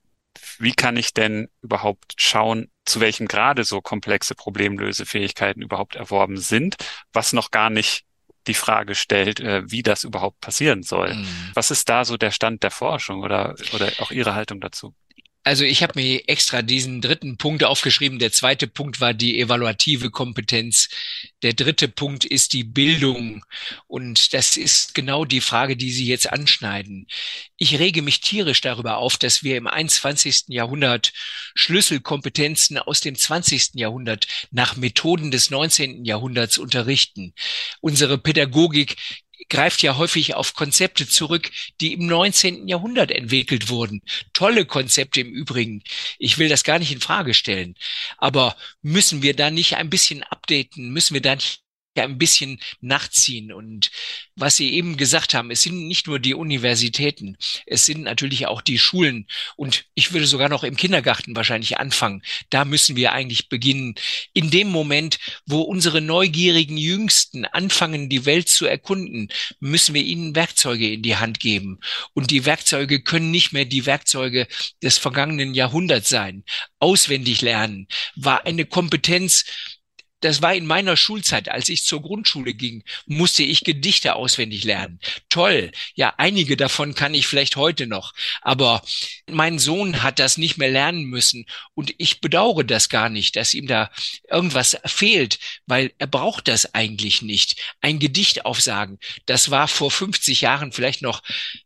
wie kann ich denn überhaupt schauen, zu welchem Grade so komplexe Problemlösefähigkeiten überhaupt erworben sind, was noch gar nicht die Frage stellt, wie das überhaupt passieren soll. Mhm. Was ist da so der Stand der Forschung oder, oder auch Ihre Haltung dazu? Also ich habe mir extra diesen dritten Punkt aufgeschrieben. Der zweite Punkt war die evaluative Kompetenz. Der dritte Punkt ist die Bildung. Und das ist genau die Frage, die Sie jetzt anschneiden. Ich rege mich tierisch darüber auf, dass wir im einundzwanzigsten Jahrhundert Schlüsselkompetenzen aus dem zwanzigsten Jahrhundert nach Methoden des neunzehnten Jahrhunderts unterrichten. Unsere Pädagogik greift ja häufig auf Konzepte zurück, die im neunzehnten Jahrhundert entwickelt wurden. Tolle Konzepte im Übrigen. Ich will das gar nicht in Frage stellen. Aber müssen wir da nicht ein bisschen updaten? Müssen wir da nicht ein bisschen nachziehen? Und was Sie eben gesagt haben, es sind nicht nur die Universitäten, es sind natürlich auch die Schulen. Und ich würde sogar noch im Kindergarten wahrscheinlich anfangen. Da müssen wir eigentlich beginnen. In dem Moment, wo unsere neugierigen Jüngsten anfangen, die Welt zu erkunden, müssen wir ihnen Werkzeuge in die Hand geben. Und die Werkzeuge können nicht mehr die Werkzeuge des vergangenen Jahrhunderts sein. Auswendig lernen war eine Kompetenz, Das war in meiner Schulzeit, als ich zur Grundschule ging, musste ich Gedichte auswendig lernen. Toll. Ja, einige davon kann ich vielleicht heute noch. Aber mein Sohn hat das nicht mehr lernen müssen. Und ich bedauere das gar nicht, dass ihm da irgendwas fehlt, weil er braucht das eigentlich nicht. Ein Gedicht aufsagen, das war vor fünfzig Jahren vielleicht noch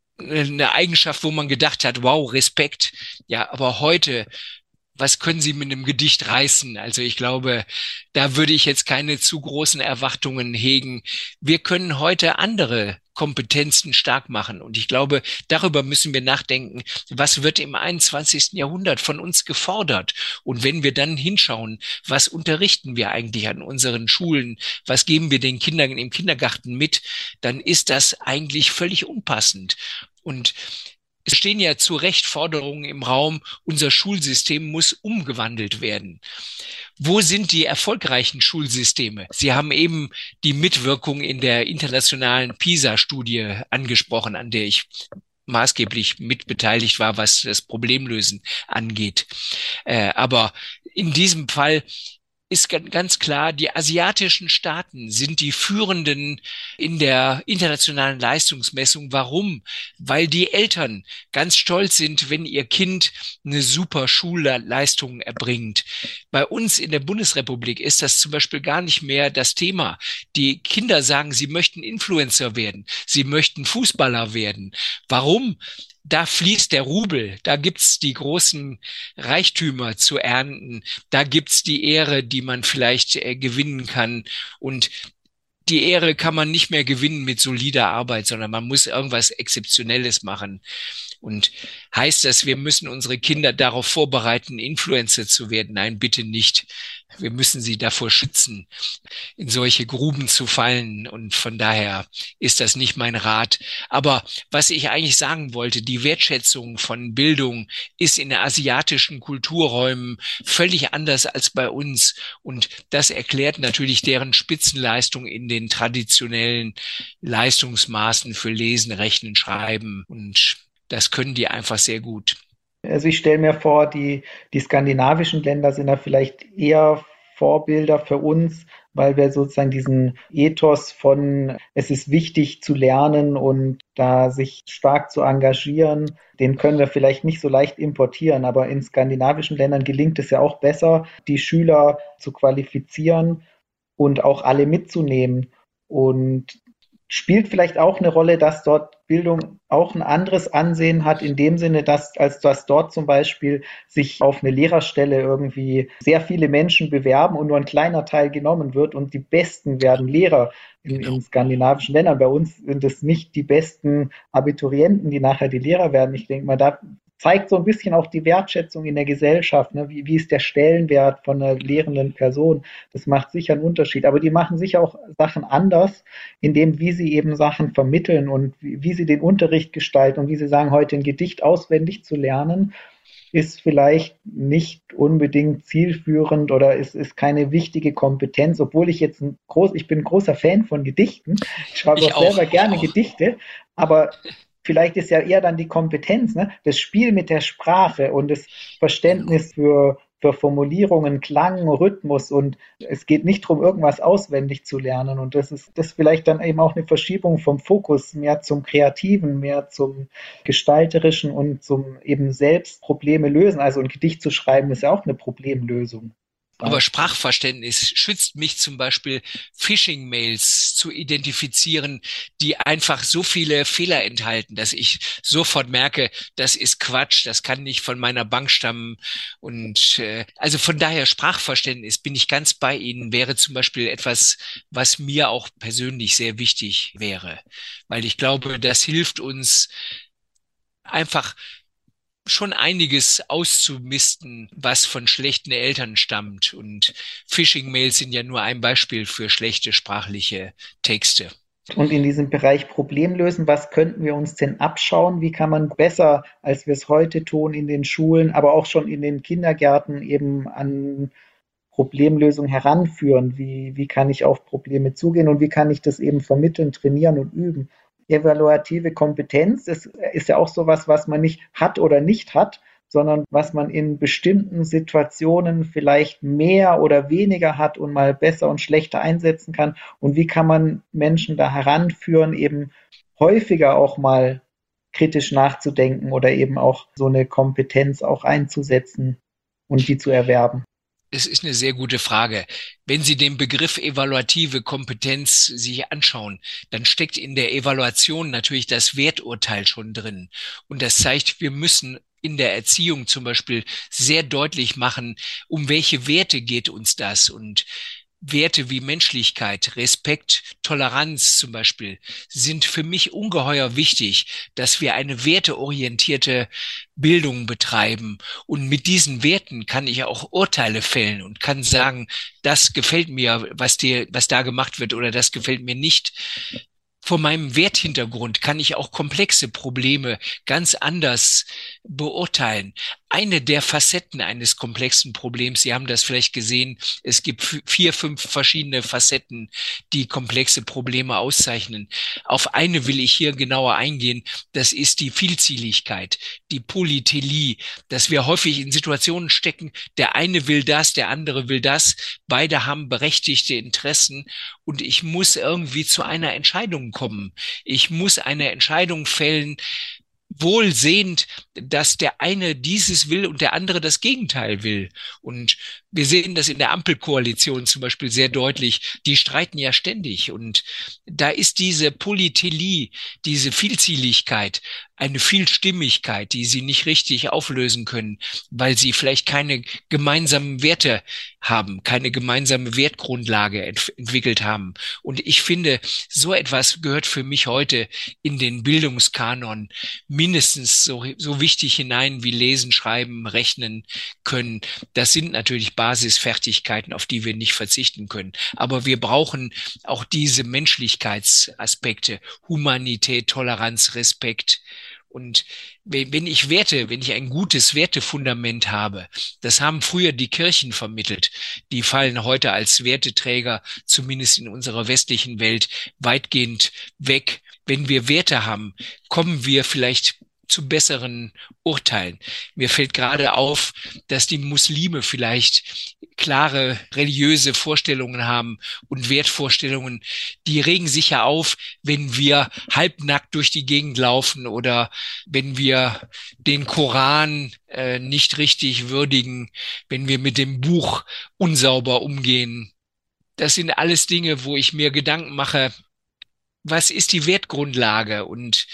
eine Eigenschaft, wo man gedacht hat, wow, Respekt. Ja, aber heute, was können Sie mit einem Gedicht reißen? Also ich glaube, da würde ich jetzt keine zu großen Erwartungen hegen. Wir können heute andere Kompetenzen stark machen. Und ich glaube, darüber müssen wir nachdenken. Was wird im einundzwanzigsten Jahrhundert von uns gefordert? Und wenn wir dann hinschauen, was unterrichten wir eigentlich an unseren Schulen? Was geben wir den Kindern im Kindergarten mit? Dann ist das eigentlich völlig unpassend. Und es stehen ja zu Recht Forderungen im Raum, unser Schulsystem muss umgewandelt werden. Wo sind die erfolgreichen Schulsysteme? Sie haben eben die Mitwirkung in der internationalen PISA-Studie angesprochen, an der ich maßgeblich mitbeteiligt war, was das Problemlösen angeht. Äh, aber in diesem Fall ist ganz klar, die asiatischen Staaten sind die führenden in der internationalen Leistungsmessung. Warum? Weil die Eltern ganz stolz sind, wenn ihr Kind eine super Schulleistung erbringt. Bei uns in der Bundesrepublik ist das zum Beispiel gar nicht mehr das Thema. Die Kinder sagen, sie möchten Influencer werden, sie möchten Fußballer werden. Warum? Da fließt der Rubel, da gibt's die großen Reichtümer zu ernten, da gibt's die Ehre, die man vielleicht äh, gewinnen kann. Und die Ehre kann man nicht mehr gewinnen mit solider Arbeit, sondern man muss irgendwas Exzeptionelles machen. Und heißt das, wir müssen unsere Kinder darauf vorbereiten, Influencer zu werden? Nein, bitte nicht. Wir müssen sie davor schützen, in solche Gruben zu fallen. Und von daher ist das nicht mein Rat. Aber was ich eigentlich sagen wollte, die Wertschätzung von Bildung ist in asiatischen Kulturräumen völlig anders als bei uns. Und das erklärt natürlich deren Spitzenleistung in den traditionellen Leistungsmaßen für Lesen, Rechnen, Schreiben. Und das können die einfach sehr gut. Also ich stelle mir vor, die, die skandinavischen Länder sind da vielleicht eher Vorbilder für uns, weil wir sozusagen diesen Ethos von, es ist wichtig zu lernen und da sich stark zu engagieren, den können wir vielleicht nicht so leicht importieren. Aber in skandinavischen Ländern gelingt es ja auch besser, die Schüler zu qualifizieren und auch alle mitzunehmen. Und spielt vielleicht auch eine Rolle, dass dort Bildung auch ein anderes Ansehen hat, in dem Sinne, dass, als dass dort zum Beispiel sich auf eine Lehrerstelle irgendwie sehr viele Menschen bewerben und nur ein kleiner Teil genommen wird und die Besten werden Lehrer in, in skandinavischen Ländern. Bei uns sind es nicht die besten Abiturienten, die nachher die Lehrer werden. Ich denke mal, da zeigt so ein bisschen auch die Wertschätzung in der Gesellschaft. Ne? Wie, wie ist der Stellenwert von einer lehrenden Person? Das macht sicher einen Unterschied. Aber die machen sicher auch Sachen anders, indem wie sie eben Sachen vermitteln und wie, wie sie den Unterricht gestalten und wie sie sagen, heute ein Gedicht auswendig zu lernen, ist vielleicht nicht unbedingt zielführend oder ist, ist keine wichtige Kompetenz, obwohl ich jetzt ein groß, ich bin ein großer Fan von Gedichten. Ich schreibe ich auch selber auch, gerne Gedichte, aber vielleicht ist ja eher dann die Kompetenz, ne? Das Spiel mit der Sprache und das Verständnis für, für Formulierungen, Klang, Rhythmus und es geht nicht darum, irgendwas auswendig zu lernen und das ist das vielleicht dann eben auch eine Verschiebung vom Fokus mehr zum Kreativen, mehr zum Gestalterischen und zum eben selbst Probleme lösen. Also ein Gedicht zu schreiben ist ja auch eine Problemlösung. Aber Sprachverständnis schützt mich zum Beispiel, Phishing-Mails zu identifizieren, die einfach so viele Fehler enthalten, dass ich sofort merke, das ist Quatsch, das kann nicht von meiner Bank stammen. Und äh, also von daher Sprachverständnis bin ich ganz bei Ihnen, wäre zum Beispiel etwas, was mir auch persönlich sehr wichtig wäre, weil ich glaube, das hilft uns einfach schon einiges auszumisten, was von schlechten Eltern stammt. Und Phishing-Mails sind ja nur ein Beispiel für schlechte sprachliche Texte. Und in diesem Bereich Problemlösen, was könnten wir uns denn abschauen? Wie kann man besser, als wir es heute tun, in den Schulen, aber auch schon in den Kindergärten eben an Problemlösung heranführen? Wie, wie kann ich auf Probleme zugehen und wie kann ich das eben vermitteln, trainieren und üben? Evaluative Kompetenz, das ist ja auch sowas, was man nicht hat oder nicht hat, sondern was man in bestimmten Situationen vielleicht mehr oder weniger hat und mal besser und schlechter einsetzen kann. Und wie kann man Menschen da heranführen, eben häufiger auch mal kritisch nachzudenken oder eben auch so eine Kompetenz auch einzusetzen und die zu erwerben? Es ist eine sehr gute Frage. Wenn Sie den Begriff evaluative Kompetenz sich anschauen, dann steckt in der Evaluation natürlich das Werturteil schon drin. Und das zeigt, wir müssen in der Erziehung zum Beispiel sehr deutlich machen, um welche Werte geht uns das? Und Werte wie Menschlichkeit, Respekt, Toleranz zum Beispiel sind für mich ungeheuer wichtig, dass wir eine werteorientierte Bildung betreiben. Und mit diesen Werten kann ich auch Urteile fällen und kann sagen, das gefällt mir, was dir, was da gemacht wird, oder das gefällt mir nicht. Vor meinem Werthintergrund kann ich auch komplexe Probleme ganz anders beurteilen. Eine der Facetten eines komplexen Problems, Sie haben das vielleicht gesehen, es gibt vier, fünf verschiedene Facetten, die komplexe Probleme auszeichnen. Auf eine will ich hier genauer eingehen, das ist die Vielzieligkeit, die Polytelie, dass wir häufig in Situationen stecken, der eine will das, der andere will das, beide haben berechtigte Interessen und ich muss irgendwie zu einer Entscheidung kommen. Ich muss eine Entscheidung fällen, wohl sehend, dass der eine dieses will und der andere das Gegenteil will. Und wir sehen das in der Ampelkoalition zum Beispiel sehr deutlich. Die streiten ja ständig. Und da ist diese Polytelie, diese Vielzieligkeit, eine Vielstimmigkeit, die sie nicht richtig auflösen können, weil sie vielleicht keine gemeinsamen Werte haben, keine gemeinsame Wertgrundlage ent- entwickelt haben. Und ich finde, so etwas gehört für mich heute in den Bildungskanon mindestens so, so wichtig hinein wie Lesen, Schreiben, Rechnen können. Das sind natürlich Basisfertigkeiten, auf die wir nicht verzichten können. Aber wir brauchen auch diese Menschlichkeitsaspekte, Humanität, Toleranz, Respekt. Und wenn ich Werte, wenn ich ein gutes Wertefundament habe, das haben früher die Kirchen vermittelt, die fallen heute als Werteträger, zumindest in unserer westlichen Welt, weitgehend weg. Wenn wir Werte haben, kommen wir vielleicht zu besseren Urteilen. Mir fällt gerade auf, dass die Muslime vielleicht klare religiöse Vorstellungen haben und Wertvorstellungen. Die regen sich ja auf, wenn wir halbnackt durch die Gegend laufen oder wenn wir den Koran äh, nicht richtig würdigen, wenn wir mit dem Buch unsauber umgehen. Das sind alles Dinge, wo ich mir Gedanken mache, was ist die Wertgrundlage und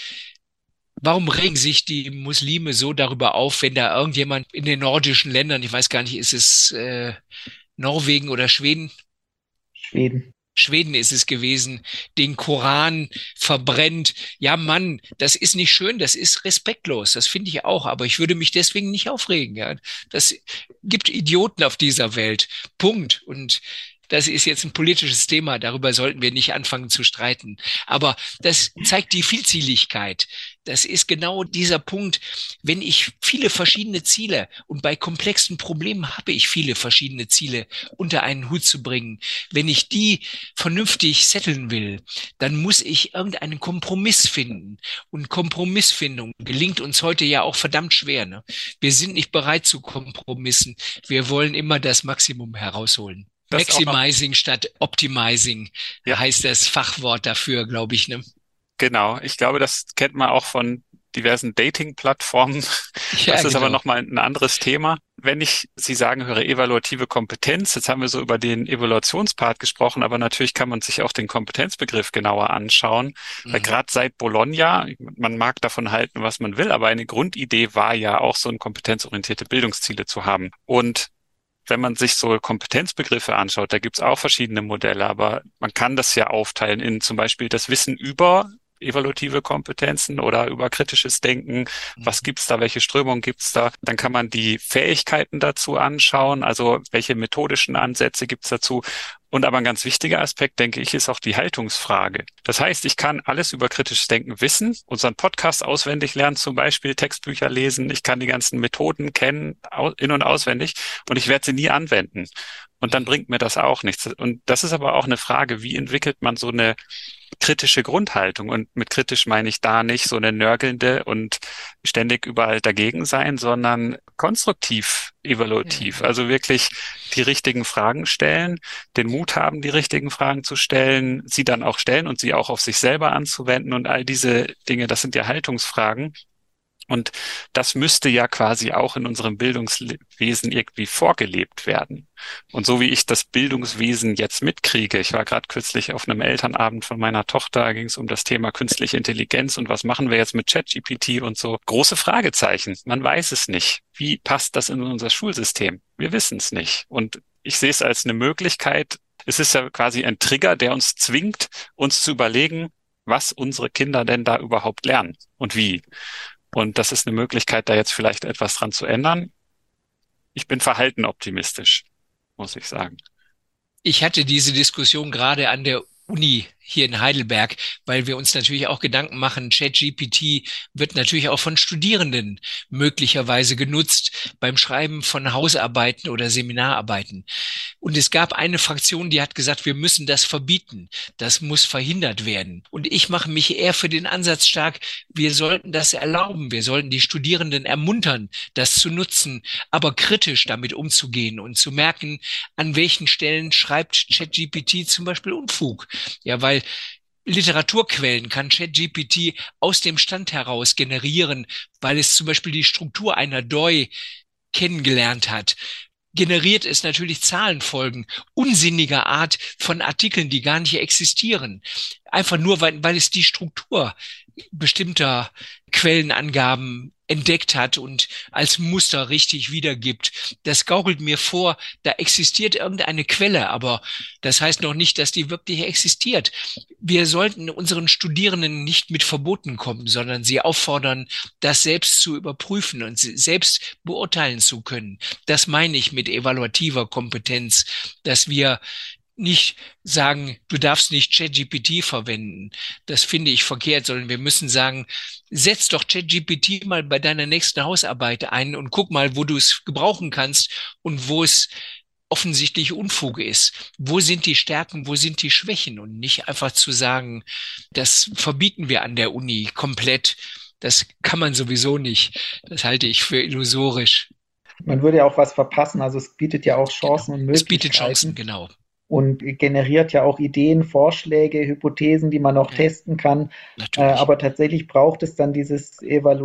warum regen sich die Muslime so darüber auf, wenn da irgendjemand in den nordischen Ländern, ich weiß gar nicht, ist es äh, Norwegen oder Schweden? Schweden. Schweden ist es gewesen, den Koran verbrennt. Ja, Mann, das ist nicht schön, das ist respektlos, das finde ich auch, aber ich würde mich deswegen nicht aufregen. Ja. Das gibt Idioten auf dieser Welt. Punkt. Und das ist jetzt ein politisches Thema, darüber sollten wir nicht anfangen zu streiten. Aber das zeigt die Vielzieligkeit. Das ist genau dieser Punkt, wenn ich viele verschiedene Ziele, und bei komplexen Problemen habe ich viele verschiedene Ziele unter einen Hut zu bringen, wenn ich die vernünftig setteln will, dann muss ich irgendeinen Kompromiss finden. Und Kompromissfindung gelingt uns heute ja auch verdammt schwer. Ne? Wir sind nicht bereit zu Kompromissen. Wir wollen immer das Maximum herausholen. Das Maximizing statt Optimizing, Ja. heißt das Fachwort dafür, glaube ich, ne? Genau, ich glaube, das kennt man auch von diversen Dating-Plattformen. Ja, Das ist aber genau. nochmal ein anderes Thema. Wenn ich Sie sagen höre, evaluative Kompetenz, jetzt haben wir so über den Evaluationspart gesprochen, aber natürlich kann man sich auch den Kompetenzbegriff genauer anschauen. Weil Mhm. gerade seit Bologna, man mag davon halten, was man will, aber eine Grundidee war ja auch so ein kompetenzorientierte Bildungsziele zu haben. Und wenn man sich so Kompetenzbegriffe anschaut, da gibt's auch verschiedene Modelle, aber man kann das ja aufteilen in zum Beispiel das Wissen über evaluative Kompetenzen oder über kritisches Denken. Was gibt's da? Welche Strömungen gibt's da? Dann kann man die Fähigkeiten dazu anschauen, also welche methodischen Ansätze gibt's dazu. Und aber ein ganz wichtiger Aspekt, denke ich, ist auch die Haltungsfrage. Das heißt, ich kann alles über kritisches Denken wissen, unseren Podcast auswendig lernen, zum Beispiel Textbücher lesen, ich kann die ganzen Methoden kennen, in- und auswendig, und ich werde sie nie anwenden. Und dann bringt mir das auch nichts. Und das ist aber auch eine Frage, wie entwickelt man so eine kritische Grundhaltung? Und mit kritisch meine ich da nicht so eine nörgelnde und ständig überall dagegen sein, sondern konstruktiv, evaluativ. Also wirklich die richtigen Fragen stellen, den Mut haben, die richtigen Fragen zu stellen, sie dann auch stellen und sie auch auf sich selber anzuwenden und all diese Dinge, das sind ja Haltungsfragen. Und das müsste ja quasi auch in unserem Bildungswesen irgendwie vorgelebt werden. Und so wie ich das Bildungswesen jetzt mitkriege, ich war gerade kürzlich auf einem Elternabend von meiner Tochter, da ging es um das Thema künstliche Intelligenz und was machen wir jetzt mit ChatGPT und so. Große Fragezeichen. Man weiß es nicht. Wie passt das in unser Schulsystem? Wir wissen es nicht. Und ich sehe es als eine Möglichkeit. Es ist ja quasi ein Trigger, der uns zwingt, uns zu überlegen, was unsere Kinder denn da überhaupt lernen und wie. Und das ist eine Möglichkeit, da jetzt vielleicht etwas dran zu ändern. Ich bin verhalten optimistisch, muss ich sagen. Ich hatte diese Diskussion gerade an der Uni hier in Heidelberg, weil wir uns natürlich auch Gedanken machen, ChatGPT wird natürlich auch von Studierenden möglicherweise genutzt beim Schreiben von Hausarbeiten oder Seminararbeiten. Und es gab eine Fraktion, die hat gesagt, wir müssen das verbieten. Das muss verhindert werden. Und ich mache mich eher für den Ansatz stark, wir sollten das erlauben. Wir sollten die Studierenden ermuntern, das zu nutzen, aber kritisch damit umzugehen und zu merken, an welchen Stellen schreibt ChatGPT zum Beispiel Unfug. Ja, weil Literaturquellen kann ChatGPT aus dem Stand heraus generieren, weil es zum Beispiel die Struktur einer D O I kennengelernt hat. Generiert es natürlich Zahlenfolgen unsinniger Art von Artikeln, die gar nicht existieren. Einfach nur, weil, weil es die Struktur bestimmter Quellenangaben entdeckt hat und als Muster richtig wiedergibt. Das gaukelt mir vor, da existiert irgendeine Quelle, aber das heißt noch nicht, dass die wirklich existiert. Wir sollten unseren Studierenden nicht mit Verboten kommen, sondern sie auffordern, das selbst zu überprüfen und selbst beurteilen zu können. Das meine ich mit evaluativer Kompetenz, dass wir nicht sagen, du darfst nicht ChatGPT verwenden. Das finde ich verkehrt, sondern wir müssen sagen, setz doch ChatGPT mal bei deiner nächsten Hausarbeit ein und guck mal, wo du es gebrauchen kannst und wo es offensichtlich Unfug ist. Wo sind die Stärken, wo sind die Schwächen? Und nicht einfach zu sagen, das verbieten wir an der Uni komplett. Das kann man sowieso nicht. Das halte ich für illusorisch. Man würde ja auch was verpassen. Also es bietet ja auch Chancen genau. und Möglichkeiten. Es bietet Chancen, genau. Und generiert ja auch Ideen, Vorschläge, Hypothesen, die man auch ja. testen kann. Äh, aber tatsächlich braucht es dann dieses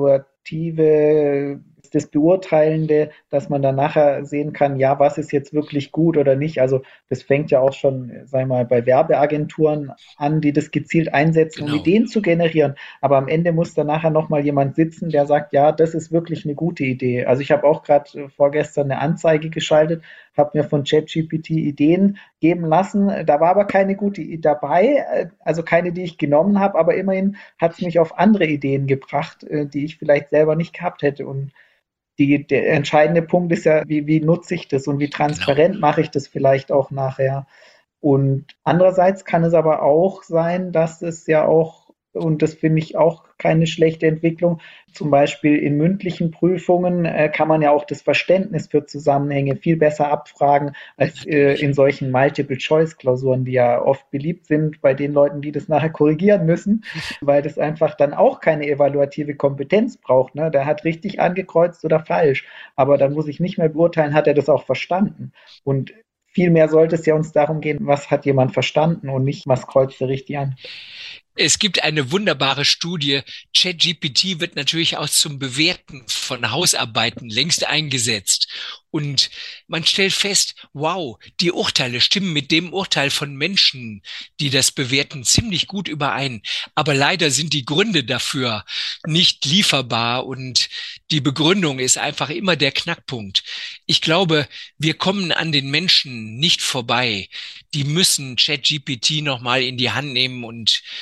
evaluative, das Beurteilende, dass man dann nachher sehen kann, ja, was ist jetzt wirklich gut oder nicht. Also das fängt ja auch schon, sagen wir mal, bei Werbeagenturen an, die das gezielt einsetzen, genau. um Ideen zu generieren. Aber am Ende muss dann nachher nochmal jemand sitzen, der sagt, ja, das ist wirklich eine gute Idee. Also ich habe auch gerade vorgestern eine Anzeige geschaltet, habe mir von ChatGPT Ideen geben lassen. Da war aber keine gute Idee dabei, also keine, die ich genommen habe, aber immerhin hat es mich auf andere Ideen gebracht, die ich vielleicht selber nicht gehabt hätte. Und die, der entscheidende Punkt ist ja, wie, wie nutze ich das und wie transparent mache ich das vielleicht auch nachher. Und andererseits kann es aber auch sein, dass es ja auch, und das finde ich auch keine schlechte Entwicklung, zum Beispiel in mündlichen Prüfungen äh, kann man ja auch das Verständnis für Zusammenhänge viel besser abfragen als äh, in solchen Multiple-Choice-Klausuren, die ja oft beliebt sind bei den Leuten, die das nachher korrigieren müssen, weil das einfach dann auch keine evaluative Kompetenz braucht. Ne? Der hat richtig angekreuzt oder falsch, aber dann muss ich nicht mehr beurteilen, hat er das auch verstanden. Und vielmehr sollte es ja uns darum gehen, was hat jemand verstanden und nicht, was kreuzt er richtig an. Es gibt eine wunderbare Studie. ChatGPT wird natürlich auch zum Bewerten von Hausarbeiten längst eingesetzt. Und man stellt fest, wow, die Urteile stimmen mit dem Urteil von Menschen, die das bewerten, ziemlich gut überein. Aber leider sind die Gründe dafür nicht lieferbar und die Begründung ist einfach immer der Knackpunkt. Ich glaube, wir kommen an den Menschen nicht vorbei. Die müssen ChatGPT nochmal in die Hand nehmen und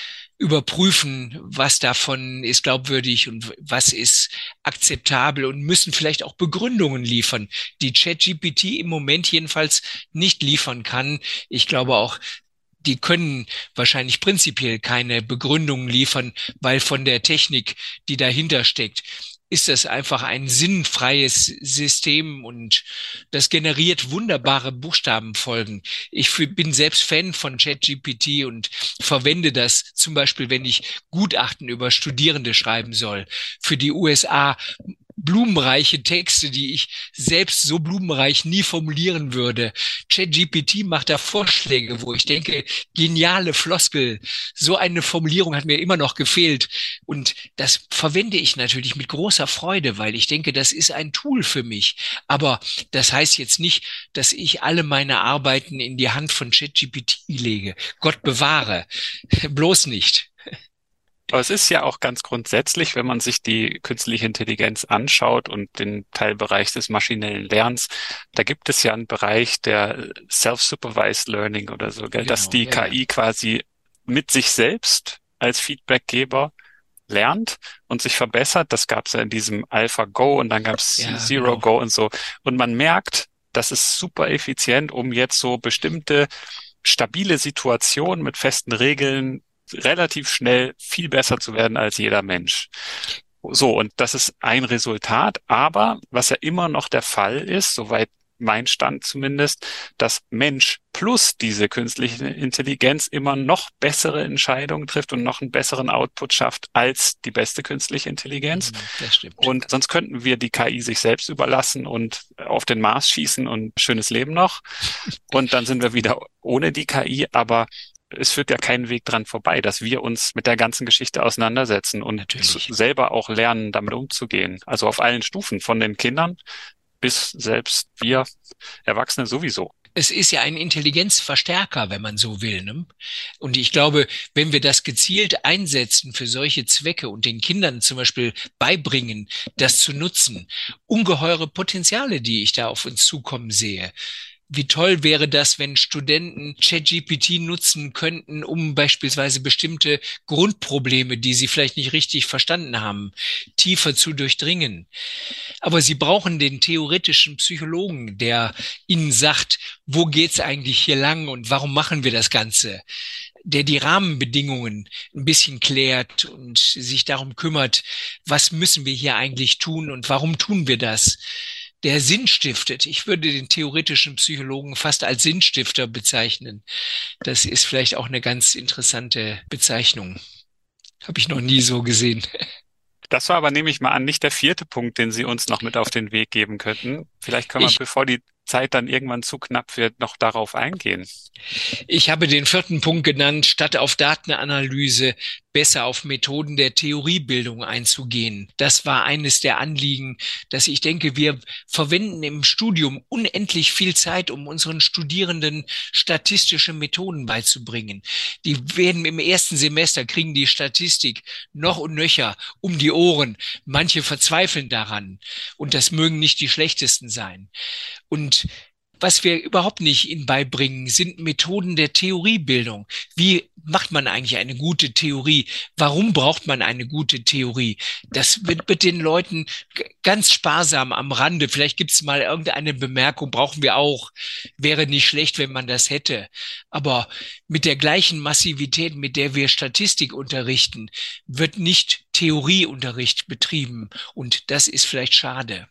überprüfen, was davon ist glaubwürdig und was ist akzeptabel und müssen vielleicht auch Begründungen liefern, die ChatGPT im Moment jedenfalls nicht liefern kann. Ich glaube auch, die können wahrscheinlich prinzipiell keine Begründungen liefern, weil von der Technik, die dahinter steckt, ist das einfach ein sinnfreies System und das generiert wunderbare Buchstabenfolgen. Ich bin selbst Fan von ChatGPT und verwende das zum Beispiel, wenn ich Gutachten über Studierende schreiben soll, für die U S A. Blumenreiche Texte, die ich selbst so blumenreich nie formulieren würde. ChatGPT macht da Vorschläge, wo ich denke, geniale Floskel. So eine Formulierung hat mir immer noch gefehlt. Und das verwende ich natürlich mit großer Freude, weil ich denke, das ist ein Tool für mich. Aber das heißt jetzt nicht, dass ich alle meine Arbeiten in die Hand von ChatGPT lege. Gott bewahre. Bloß nicht. Aber es ist ja auch ganz grundsätzlich, wenn man sich die künstliche Intelligenz anschaut und den Teilbereich des maschinellen Lernens, da gibt es ja einen Bereich der Self-Supervised Learning oder so, gell, Genau, dass die ja, K I ja. quasi mit sich selbst als Feedbackgeber lernt und sich verbessert. Das gab es ja in diesem AlphaGo und dann gab es Ja, Zero genau. Go und so. Und man merkt, das ist super effizient, um jetzt so bestimmte stabile Situationen mit festen Regeln relativ schnell viel besser zu werden als jeder Mensch. So, und das ist ein Resultat, aber was ja immer noch der Fall ist, soweit mein Stand zumindest, dass Mensch plus diese künstliche Intelligenz immer noch bessere Entscheidungen trifft und noch einen besseren Output schafft als die beste künstliche Intelligenz. Das stimmt. Und sonst könnten wir die K I sich selbst überlassen und auf den Mars schießen und schönes Leben noch. Und dann sind wir wieder ohne die K I, aber es führt ja keinen Weg dran vorbei, dass wir uns mit der ganzen Geschichte auseinandersetzen und Natürlich. selber auch lernen, damit umzugehen. Also auf allen Stufen, von den Kindern bis selbst wir Erwachsene sowieso. Es ist ja ein Intelligenzverstärker, wenn man so will, ne? Und ich glaube, wenn wir das gezielt einsetzen für solche Zwecke und den Kindern zum Beispiel beibringen, das zu nutzen, ungeheure Potenziale, die ich da auf uns zukommen sehe. Wie toll wäre das, wenn Studenten ChatGPT nutzen könnten, um beispielsweise bestimmte Grundprobleme, die sie vielleicht nicht richtig verstanden haben, tiefer zu durchdringen. Aber sie brauchen den theoretischen Psychologen, der ihnen sagt, wo geht's eigentlich hier lang und warum machen wir das Ganze? Der die Rahmenbedingungen ein bisschen klärt und sich darum kümmert, was müssen wir hier eigentlich tun und warum tun wir das? Der Sinn stiftet. Ich würde den theoretischen Psychologen fast als Sinnstifter bezeichnen. Das ist vielleicht auch eine ganz interessante Bezeichnung. Habe ich noch nie so gesehen. Das war aber, nehme ich mal an, nicht der vierte Punkt, den Sie uns noch mit auf den Weg geben könnten. Vielleicht können wir, Ich bevor die Zeit dann irgendwann zu knapp wird, noch darauf eingehen. Ich habe den vierten Punkt genannt, statt auf Datenanalyse besser auf Methoden der Theoriebildung einzugehen. Das war eines der Anliegen, dass ich denke, wir verwenden im Studium unendlich viel Zeit, um unseren Studierenden statistische Methoden beizubringen. Die werden im ersten Semester, kriegen die Statistik noch und nöcher um die Ohren. Manche verzweifeln daran und das mögen nicht die schlechtesten sein. Und was wir überhaupt nicht ihnen beibringen, sind Methoden der Theoriebildung. Wie macht man eigentlich eine gute Theorie? Warum braucht man eine gute Theorie? Das wird mit den Leuten ganz sparsam am Rande. Vielleicht gibt es mal irgendeine Bemerkung, brauchen wir auch. Wäre nicht schlecht, wenn man das hätte. Aber mit der gleichen Massivität, mit der wir Statistik unterrichten, wird nicht Theorieunterricht betrieben. Und das ist vielleicht schade.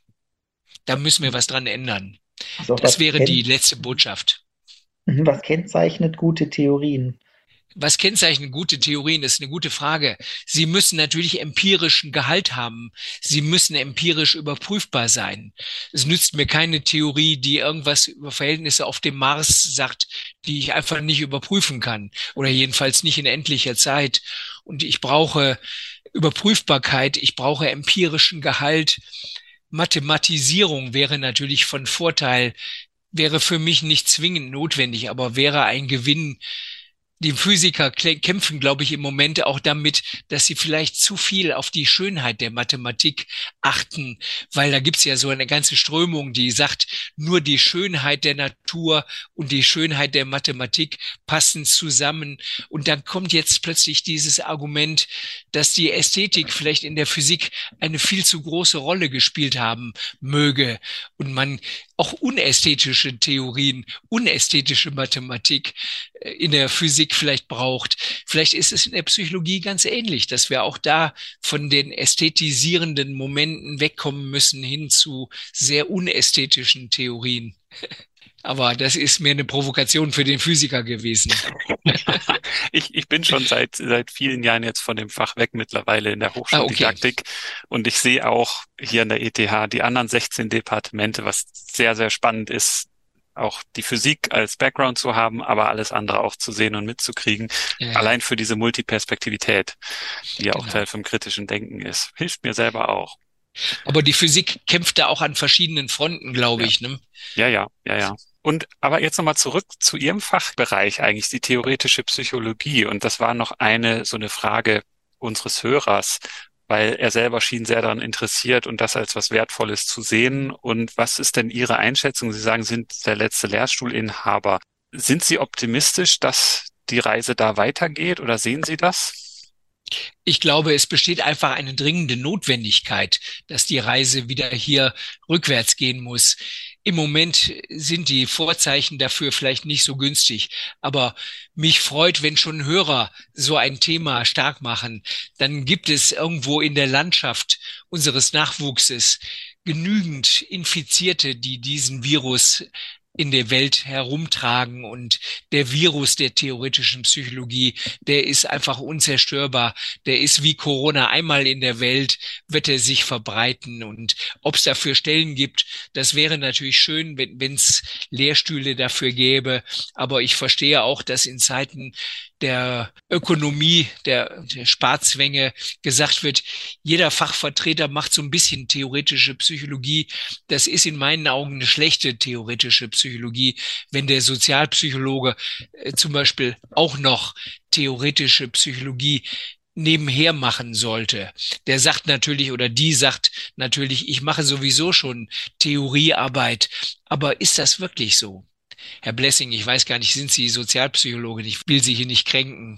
Da müssen wir was dran ändern. Also Das was wäre kenn- die letzte Botschaft. Mhm, was kennzeichnet gute Theorien? Was kennzeichnet gute Theorien? Das ist eine gute Frage. Sie müssen natürlich empirischen Gehalt haben. Sie müssen empirisch überprüfbar sein. Es nützt mir keine Theorie, die irgendwas über Verhältnisse auf dem Mars sagt, die ich einfach nicht überprüfen kann oder jedenfalls nicht in endlicher Zeit. Und ich brauche Überprüfbarkeit, ich brauche empirischen Gehalt. Mathematisierung wäre natürlich von Vorteil, wäre für mich nicht zwingend notwendig, aber wäre ein Gewinn, Die Physiker klä- kämpfen, glaube ich, im Moment auch damit, dass sie vielleicht zu viel auf die Schönheit der Mathematik achten, weil da gibt's ja so eine ganze Strömung, die sagt, nur die Schönheit der Natur und die Schönheit der Mathematik passen zusammen. Und dann kommt jetzt plötzlich dieses Argument, dass die Ästhetik vielleicht in der Physik eine viel zu große Rolle gespielt haben möge und man auch unästhetische Theorien, unästhetische Mathematik äh, in der Physik vielleicht braucht. Vielleicht ist es in der Psychologie ganz ähnlich, dass wir auch da von den ästhetisierenden Momenten wegkommen müssen hin zu sehr unästhetischen Theorien. Aber das ist mir eine Provokation für den Physiker gewesen. Ich, ich bin schon seit, seit vielen Jahren jetzt von dem Fach weg mittlerweile in der Ah, okay. Hochschuldidaktik. Und ich sehe auch hier an der E T H die anderen sechzehn Departemente, was sehr, sehr spannend ist, auch die Physik als Background zu haben, aber alles andere auch zu sehen und mitzukriegen. Ja, ja, Allein für diese Multiperspektivität, die ja auch genau. Teil vom kritischen Denken ist. Hilft mir selber auch. Aber die Physik kämpft da auch an verschiedenen Fronten, glaube Ja, ich, ne? ja, ja, ja, ja. Und aber jetzt nochmal zurück zu Ihrem Fachbereich, eigentlich die theoretische Psychologie. Und das war noch eine so eine Frage unseres Hörers, weil er selber schien sehr daran interessiert und das als was Wertvolles zu sehen. Und was ist denn Ihre Einschätzung? Sie sagen, Sie sind der letzte Lehrstuhlinhaber. Sind Sie optimistisch, dass die Reise da weitergeht oder sehen Sie das? Ich glaube, es besteht einfach eine dringende Notwendigkeit, dass die Reise wieder hier rückwärts gehen muss. Im Moment sind die Vorzeichen dafür vielleicht nicht so günstig, aber mich freut, wenn schon Hörer so ein Thema stark machen, dann gibt es irgendwo in der Landschaft unseres Nachwuchses genügend Infizierte, die diesen Virus in der Welt herumtragen. Und der Virus der theoretischen Psychologie, der ist einfach unzerstörbar. Der ist wie Corona einmal in der Welt, wird er sich verbreiten. Und ob es dafür Stellen gibt, das wäre natürlich schön, wenn es Lehrstühle dafür gäbe. Aber ich verstehe auch, dass in Zeiten der Ökonomie, der, der Sparzwänge gesagt wird, jeder Fachvertreter macht so ein bisschen theoretische Psychologie. Das ist in meinen Augen eine schlechte theoretische Psychologie, wenn der Sozialpsychologe äh, zum Beispiel auch noch theoretische Psychologie nebenher machen sollte. Der sagt natürlich oder die sagt natürlich, ich mache sowieso schon Theoriearbeit. Aber ist das wirklich so? Herr Blessing, ich weiß gar nicht, sind Sie Sozialpsychologin? Ich will Sie hier nicht kränken.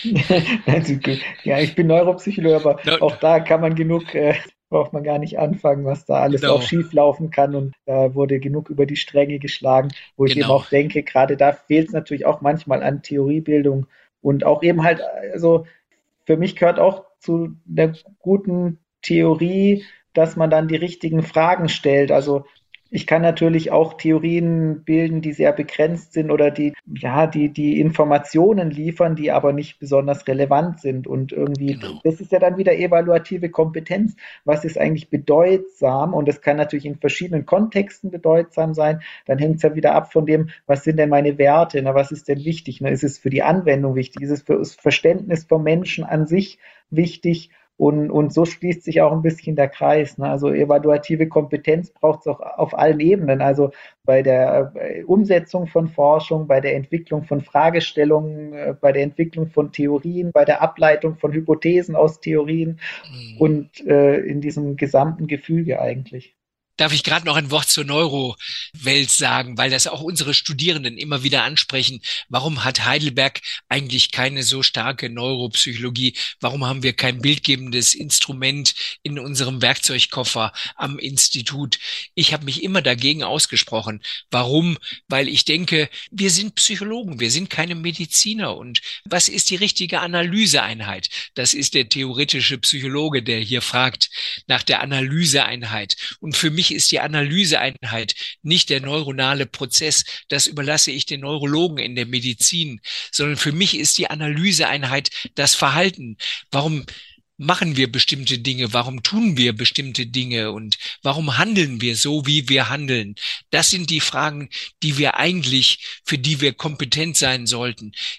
Also, ja, ich bin Neuropsychologe, aber No, auch da kann man genug, äh, braucht man gar nicht anfangen, was da alles auch genau, schief laufen kann. Und da wurde genug über die Stränge geschlagen, wo ich eben genau. auch denke, gerade da fehlt es natürlich auch manchmal an Theoriebildung und auch eben halt, also für mich gehört auch zu der guten Theorie, dass man dann die richtigen Fragen stellt. Also ich kann natürlich auch Theorien bilden, die sehr begrenzt sind oder die, ja, die, die Informationen liefern, die aber nicht besonders relevant sind. Und irgendwie, Genau. das ist ja dann wieder evaluative Kompetenz. Was ist eigentlich bedeutsam? Und das kann natürlich in verschiedenen Kontexten bedeutsam sein. Dann hängt es ja wieder ab von dem, was sind denn meine Werte? Na, was ist denn wichtig? Na, ist es für die Anwendung wichtig? Ist es für das Verständnis vom Menschen an sich wichtig? Und, und so schließt sich auch ein bisschen der Kreis. Ne? Also evaluative Kompetenz braucht es auch auf allen Ebenen. Also bei der äh, Umsetzung von Forschung, bei der Entwicklung von Fragestellungen, äh, bei der Entwicklung von Theorien, bei der Ableitung von Hypothesen aus Theorien Hm. und äh, in diesem gesamten Gefüge eigentlich. Darf ich gerade noch ein Wort zur Neurowelt sagen, weil das auch unsere Studierenden immer wieder ansprechen. Warum hat Heidelberg eigentlich keine so starke Neuropsychologie? Warum haben wir kein bildgebendes Instrument in unserem Werkzeugkoffer am Institut? Ich habe mich immer dagegen ausgesprochen. Warum? Weil ich denke, wir sind Psychologen, wir sind keine Mediziner. Und was ist die richtige Analyseeinheit? Das ist der theoretische Psychologe, der hier fragt nach der Analyseeinheit. Und für mich ist die Analyseeinheit nicht der neuronale Prozess. Das überlasse ich den Neurologen in der Medizin, sondern für mich ist die Analyseeinheit das Verhalten. Warum machen wir bestimmte Dinge? Warum tun wir bestimmte Dinge? Und warum handeln wir so, wie wir handeln? Das sind die Fragen, die wir eigentlich, für die wir kompetent sein sollten.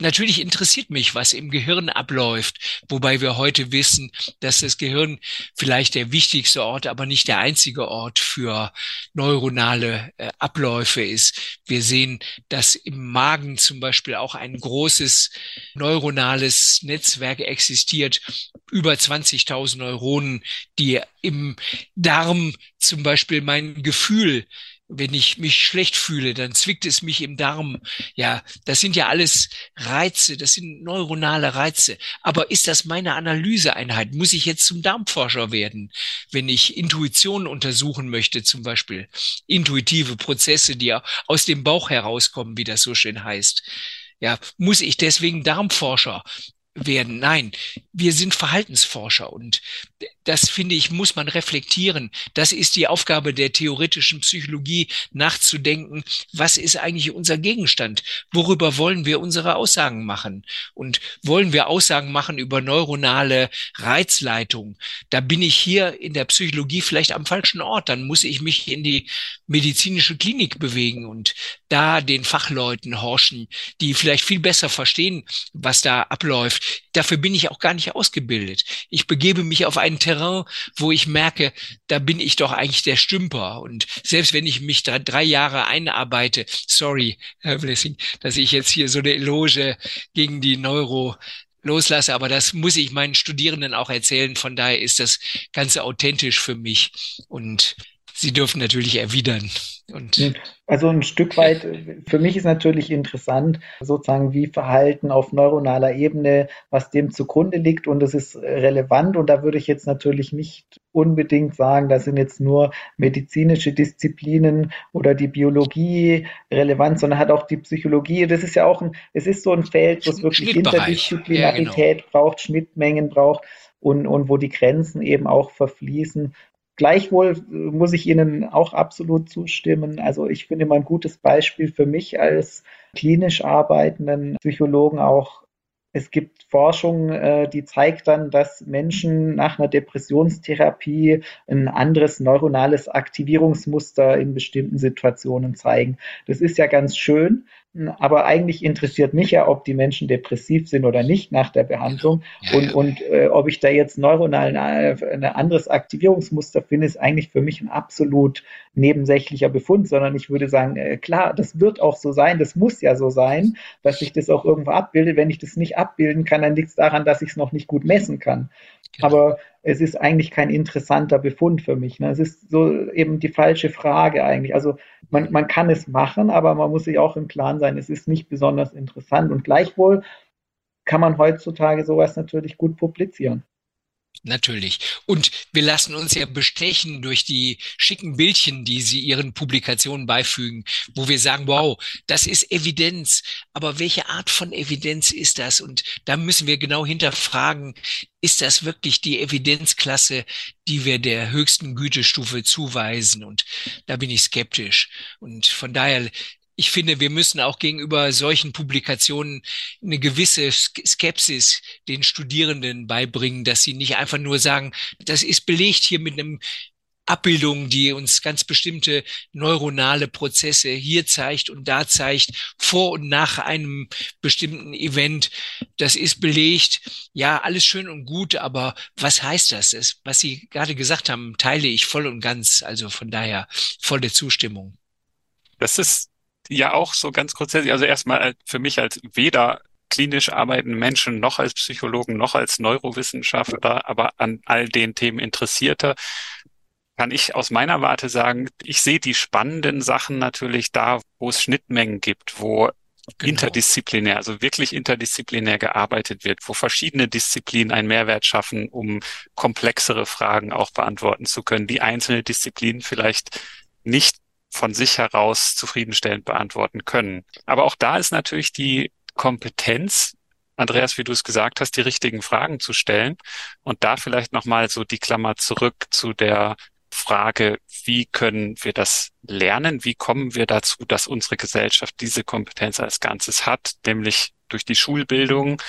Natürlich interessiert mich, was im Gehirn abläuft, wobei wir heute wissen, dass das Gehirn vielleicht der wichtigste Ort, aber nicht der einzige Ort für neuronale äh, Abläufe ist. Wir sehen, dass im Magen zum Beispiel auch ein großes neuronales Netzwerk existiert, über zwanzigtausend Neuronen, die im Darm zum Beispiel mein Gefühl, wenn ich mich schlecht fühle, dann zwickt es mich im Darm. Ja, das sind ja alles Reize, das sind neuronale Reize. Aber ist das meine Analyseeinheit? Muss ich jetzt zum Darmforscher werden, wenn ich Intuition untersuchen möchte, zum Beispiel intuitive Prozesse, die aus dem Bauch herauskommen, wie das so schön heißt? Ja, muss ich deswegen Darmforscher werden? Nein, wir sind Verhaltensforscher und das, finde ich, muss man reflektieren. Das ist die Aufgabe der theoretischen Psychologie, nachzudenken, was ist eigentlich unser Gegenstand? Worüber wollen wir unsere Aussagen machen? Und wollen wir Aussagen machen über neuronale Reizleitung? Da bin ich hier in der Psychologie vielleicht am falschen Ort. Dann muss ich mich in die medizinische Klinik bewegen und da den Fachleuten horchen, die vielleicht viel besser verstehen, was da abläuft. Dafür bin ich auch gar nicht ausgebildet. Ich begebe mich auf einen Terrain, wo ich merke, da bin ich doch eigentlich der Stümper. Und selbst wenn ich mich da drei Jahre einarbeite, sorry, Herr Blessing, dass ich jetzt hier so eine Eloge gegen die Neuro loslasse, aber das muss ich meinen Studierenden auch erzählen. Von daher ist das Ganze authentisch für mich. Und Sie dürfen natürlich erwidern. Und also ein Stück weit, für mich ist natürlich interessant, sozusagen wie Verhalten auf neuronaler Ebene, was dem zugrunde liegt, und das ist relevant, und da würde ich jetzt natürlich nicht unbedingt sagen, das sind jetzt nur medizinische Disziplinen oder die Biologie relevant, sondern hat auch die Psychologie. Das ist ja auch ein, es ist so ein Feld, wo es wirklich Interdisziplinarität ja, genau. braucht, Schnittmengen braucht und, und wo die Grenzen eben auch verfließen. Gleichwohl muss ich Ihnen auch absolut zustimmen. Also ich finde mal ein gutes Beispiel für mich als klinisch arbeitenden Psychologen auch. Es gibt Forschung, die zeigt dann, dass Menschen nach einer Depressionstherapie ein anderes neuronales Aktivierungsmuster in bestimmten Situationen zeigen. Das ist ja ganz schön. Aber eigentlich interessiert mich ja, ob die Menschen depressiv sind oder nicht nach der Behandlung. Ja, und, ja. und äh, ob ich da jetzt neuronal ein anderes Aktivierungsmuster finde, ist eigentlich für mich ein absolut nebensächlicher Befund, sondern ich würde sagen, äh, klar, das wird auch so sein, das muss ja so sein, dass ich das auch irgendwo abbilde. Wenn ich das nicht abbilden kann, dann liegt es daran, dass ich es noch nicht gut messen kann. Genau. Aber es ist eigentlich kein interessanter Befund für mich. Ne? Es ist so eben die falsche Frage eigentlich. Also man, man kann es machen, aber man muss sich auch im Klaren sein, es ist nicht besonders interessant. Und gleichwohl kann man heutzutage sowas natürlich gut publizieren. Natürlich. Und wir lassen uns ja bestechen durch die schicken Bildchen, die Sie Ihren Publikationen beifügen, wo wir sagen, wow, das ist Evidenz. Aber welche Art von Evidenz ist das? Und da müssen wir genau hinterfragen, ist das wirklich die Evidenzklasse, die wir der höchsten Gütestufe zuweisen? Und da bin ich skeptisch. Und von daher, ich finde, wir müssen auch gegenüber solchen Publikationen eine gewisse Skepsis den Studierenden beibringen, dass sie nicht einfach nur sagen, das ist belegt hier mit einem Abbildung, die uns ganz bestimmte neuronale Prozesse hier zeigt und da zeigt, vor und nach einem bestimmten Event. Das ist belegt. Ja, alles schön und gut, aber was heißt das? Das, was Sie gerade gesagt haben, teile ich voll und ganz. Also von daher volle Zustimmung. Das ist ja auch so ganz grundsätzlich, also erstmal für mich als weder klinisch arbeitenden Menschen noch als Psychologen noch als Neurowissenschaftler, aber an all den Themen Interessierte, kann ich aus meiner Warte sagen, ich sehe die spannenden Sachen natürlich da, wo es Schnittmengen gibt, wo genau. interdisziplinär, also wirklich interdisziplinär gearbeitet wird, wo verschiedene Disziplinen einen Mehrwert schaffen, um komplexere Fragen auch beantworten zu können, die einzelne Disziplinen vielleicht nicht von sich heraus zufriedenstellend beantworten können. Aber auch da ist natürlich die Kompetenz, Andreas, wie du es gesagt hast, die richtigen Fragen zu stellen und da vielleicht nochmal so die Klammer zurück zu der Frage, wie können wir das lernen? Wie kommen wir dazu, dass unsere Gesellschaft diese Kompetenz als Ganzes hat, nämlich durch die Schulbildung,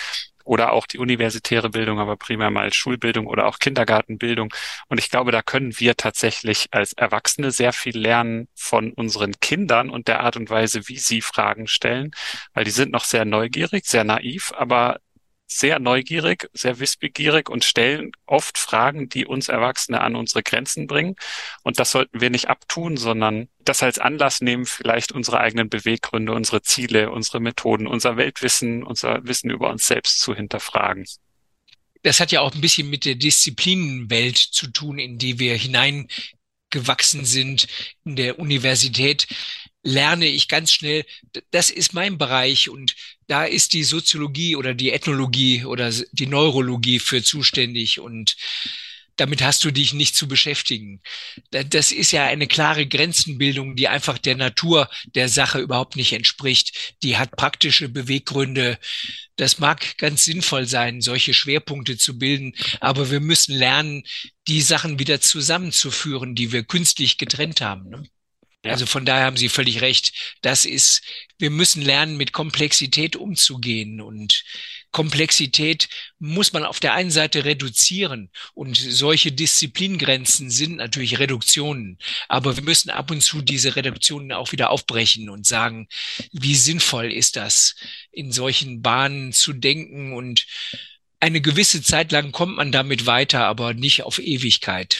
oder auch die universitäre Bildung, aber primär mal Schulbildung oder auch Kindergartenbildung. Und ich glaube, da können wir tatsächlich als Erwachsene sehr viel lernen von unseren Kindern und der Art und Weise, wie sie Fragen stellen, weil die sind noch sehr neugierig, sehr naiv, aber sehr neugierig, sehr wissbegierig und stellen oft Fragen, die uns Erwachsene an unsere Grenzen bringen. Und das sollten wir nicht abtun, sondern das als Anlass nehmen, vielleicht unsere eigenen Beweggründe, unsere Ziele, unsere Methoden, unser Weltwissen, unser Wissen über uns selbst zu hinterfragen. Das hat ja auch ein bisschen mit der Disziplinenwelt zu tun, in die wir hineingewachsen sind. In der Universität lerne ich ganz schnell, das ist mein Bereich und da ist die Soziologie oder die Ethnologie oder die Neurologie für zuständig und damit hast du dich nicht zu beschäftigen. Das ist ja eine klare Grenzenbildung, die einfach der Natur der Sache überhaupt nicht entspricht. Die hat praktische Beweggründe. Das mag ganz sinnvoll sein, solche Schwerpunkte zu bilden, aber wir müssen lernen, die Sachen wieder zusammenzuführen, die wir künstlich getrennt haben, ne? Ja. Also von daher haben Sie völlig recht. Das ist, wir müssen lernen, mit Komplexität umzugehen und Komplexität muss man auf der einen Seite reduzieren und solche Disziplingrenzen sind natürlich Reduktionen. Aber wir müssen ab und zu diese Reduktionen auch wieder aufbrechen und sagen, wie sinnvoll ist das, in solchen Bahnen zu denken und eine gewisse Zeit lang kommt man damit weiter, aber nicht auf Ewigkeit.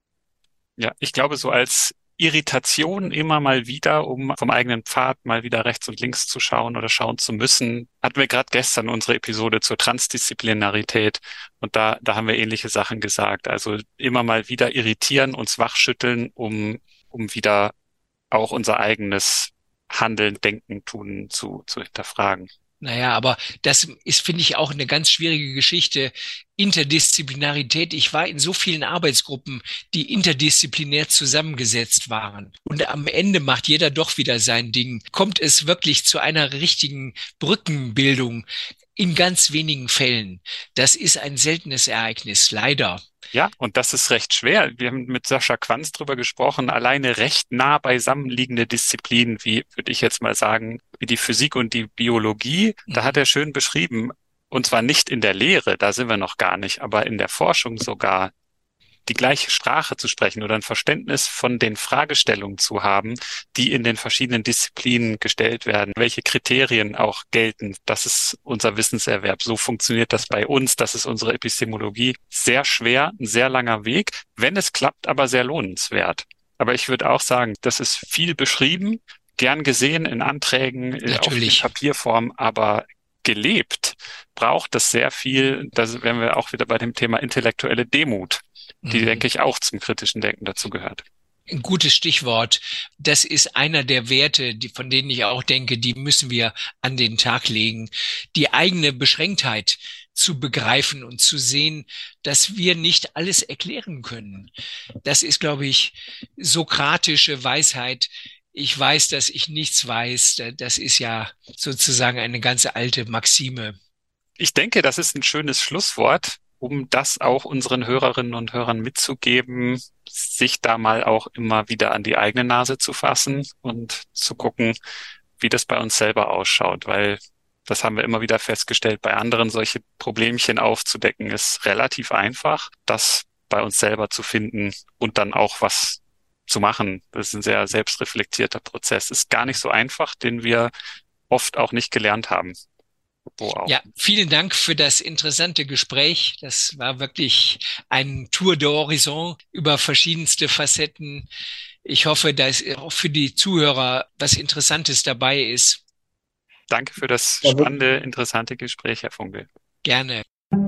Ja, ich glaube, so als Irritation immer mal wieder, um vom eigenen Pfad mal wieder rechts und links zu schauen oder schauen zu müssen. Hatten wir gerade gestern unsere Episode zur Transdisziplinarität und da, da haben wir ähnliche Sachen gesagt. Also immer mal wieder irritieren, uns wachschütteln, um, um wieder auch unser eigenes Handeln, Denken, Tun zu, zu hinterfragen. Naja, aber das ist, finde ich, auch eine ganz schwierige Geschichte. Interdisziplinarität. Ich war in so vielen Arbeitsgruppen, die interdisziplinär zusammengesetzt waren. Und am Ende macht jeder doch wieder sein Ding. Kommt es wirklich zu einer richtigen Brückenbildung? In ganz wenigen Fällen. Das ist ein seltenes Ereignis, leider. Ja, und das ist recht schwer. Wir haben mit Sascha Quanz drüber gesprochen, alleine recht nah beisammenliegende Disziplinen, wie würde ich jetzt mal sagen, wie die Physik und die Biologie. Da mhm. hat er schön beschrieben, und zwar nicht in der Lehre, da sind wir noch gar nicht, aber in der Forschung sogar, die gleiche Sprache zu sprechen oder ein Verständnis von den Fragestellungen zu haben, die in den verschiedenen Disziplinen gestellt werden, welche Kriterien auch gelten. Das ist unser Wissenserwerb. So funktioniert das bei uns. Das ist unsere Epistemologie. Sehr schwer, ein sehr langer Weg. Wenn es klappt, aber sehr lohnenswert. Aber ich würde auch sagen, das ist viel beschrieben, gern gesehen in Anträgen, Natürlich. auf Papierform, aber gelebt braucht das sehr viel. Da wären wir auch wieder bei dem Thema intellektuelle Demut, die, mhm. denke ich, auch zum kritischen Denken dazu gehört. Ein gutes Stichwort. Das ist einer der Werte, die, von denen ich auch denke, die müssen wir an den Tag legen. Die eigene Beschränktheit zu begreifen und zu sehen, dass wir nicht alles erklären können. Das ist, glaube ich, sokratische Weisheit. Ich weiß, dass ich nichts weiß. Das ist ja sozusagen eine ganz alte Maxime. Ich denke, das ist ein schönes Schlusswort, um das auch unseren Hörerinnen und Hörern mitzugeben, sich da mal auch immer wieder an die eigene Nase zu fassen und zu gucken, wie das bei uns selber ausschaut, weil das haben wir immer wieder festgestellt, bei anderen solche Problemchen aufzudecken, ist relativ einfach, das bei uns selber zu finden und dann auch was zu machen. Das ist ein sehr selbstreflektierter Prozess. Ist gar nicht so einfach, den wir oft auch nicht gelernt haben. Wow. Ja, vielen Dank für das interessante Gespräch. Das war wirklich ein Tour d'Horizon über verschiedenste Facetten. Ich hoffe, dass auch für die Zuhörer was Interessantes dabei ist. Danke für das spannende, interessante Gespräch, Herr Funke. Gerne.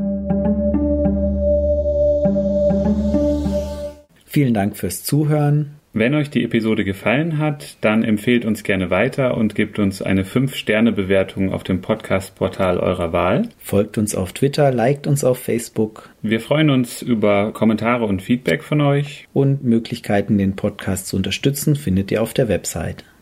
Vielen Dank fürs Zuhören. Wenn euch die Episode gefallen hat, dann empfehlt uns gerne weiter und gebt uns eine fünf Sterne Bewertung auf dem Podcast-Portal eurer Wahl. Folgt uns auf Twitter, liked uns auf Facebook. Wir freuen uns über Kommentare und Feedback von euch. Und Möglichkeiten, den Podcast zu unterstützen, findet ihr auf der Website.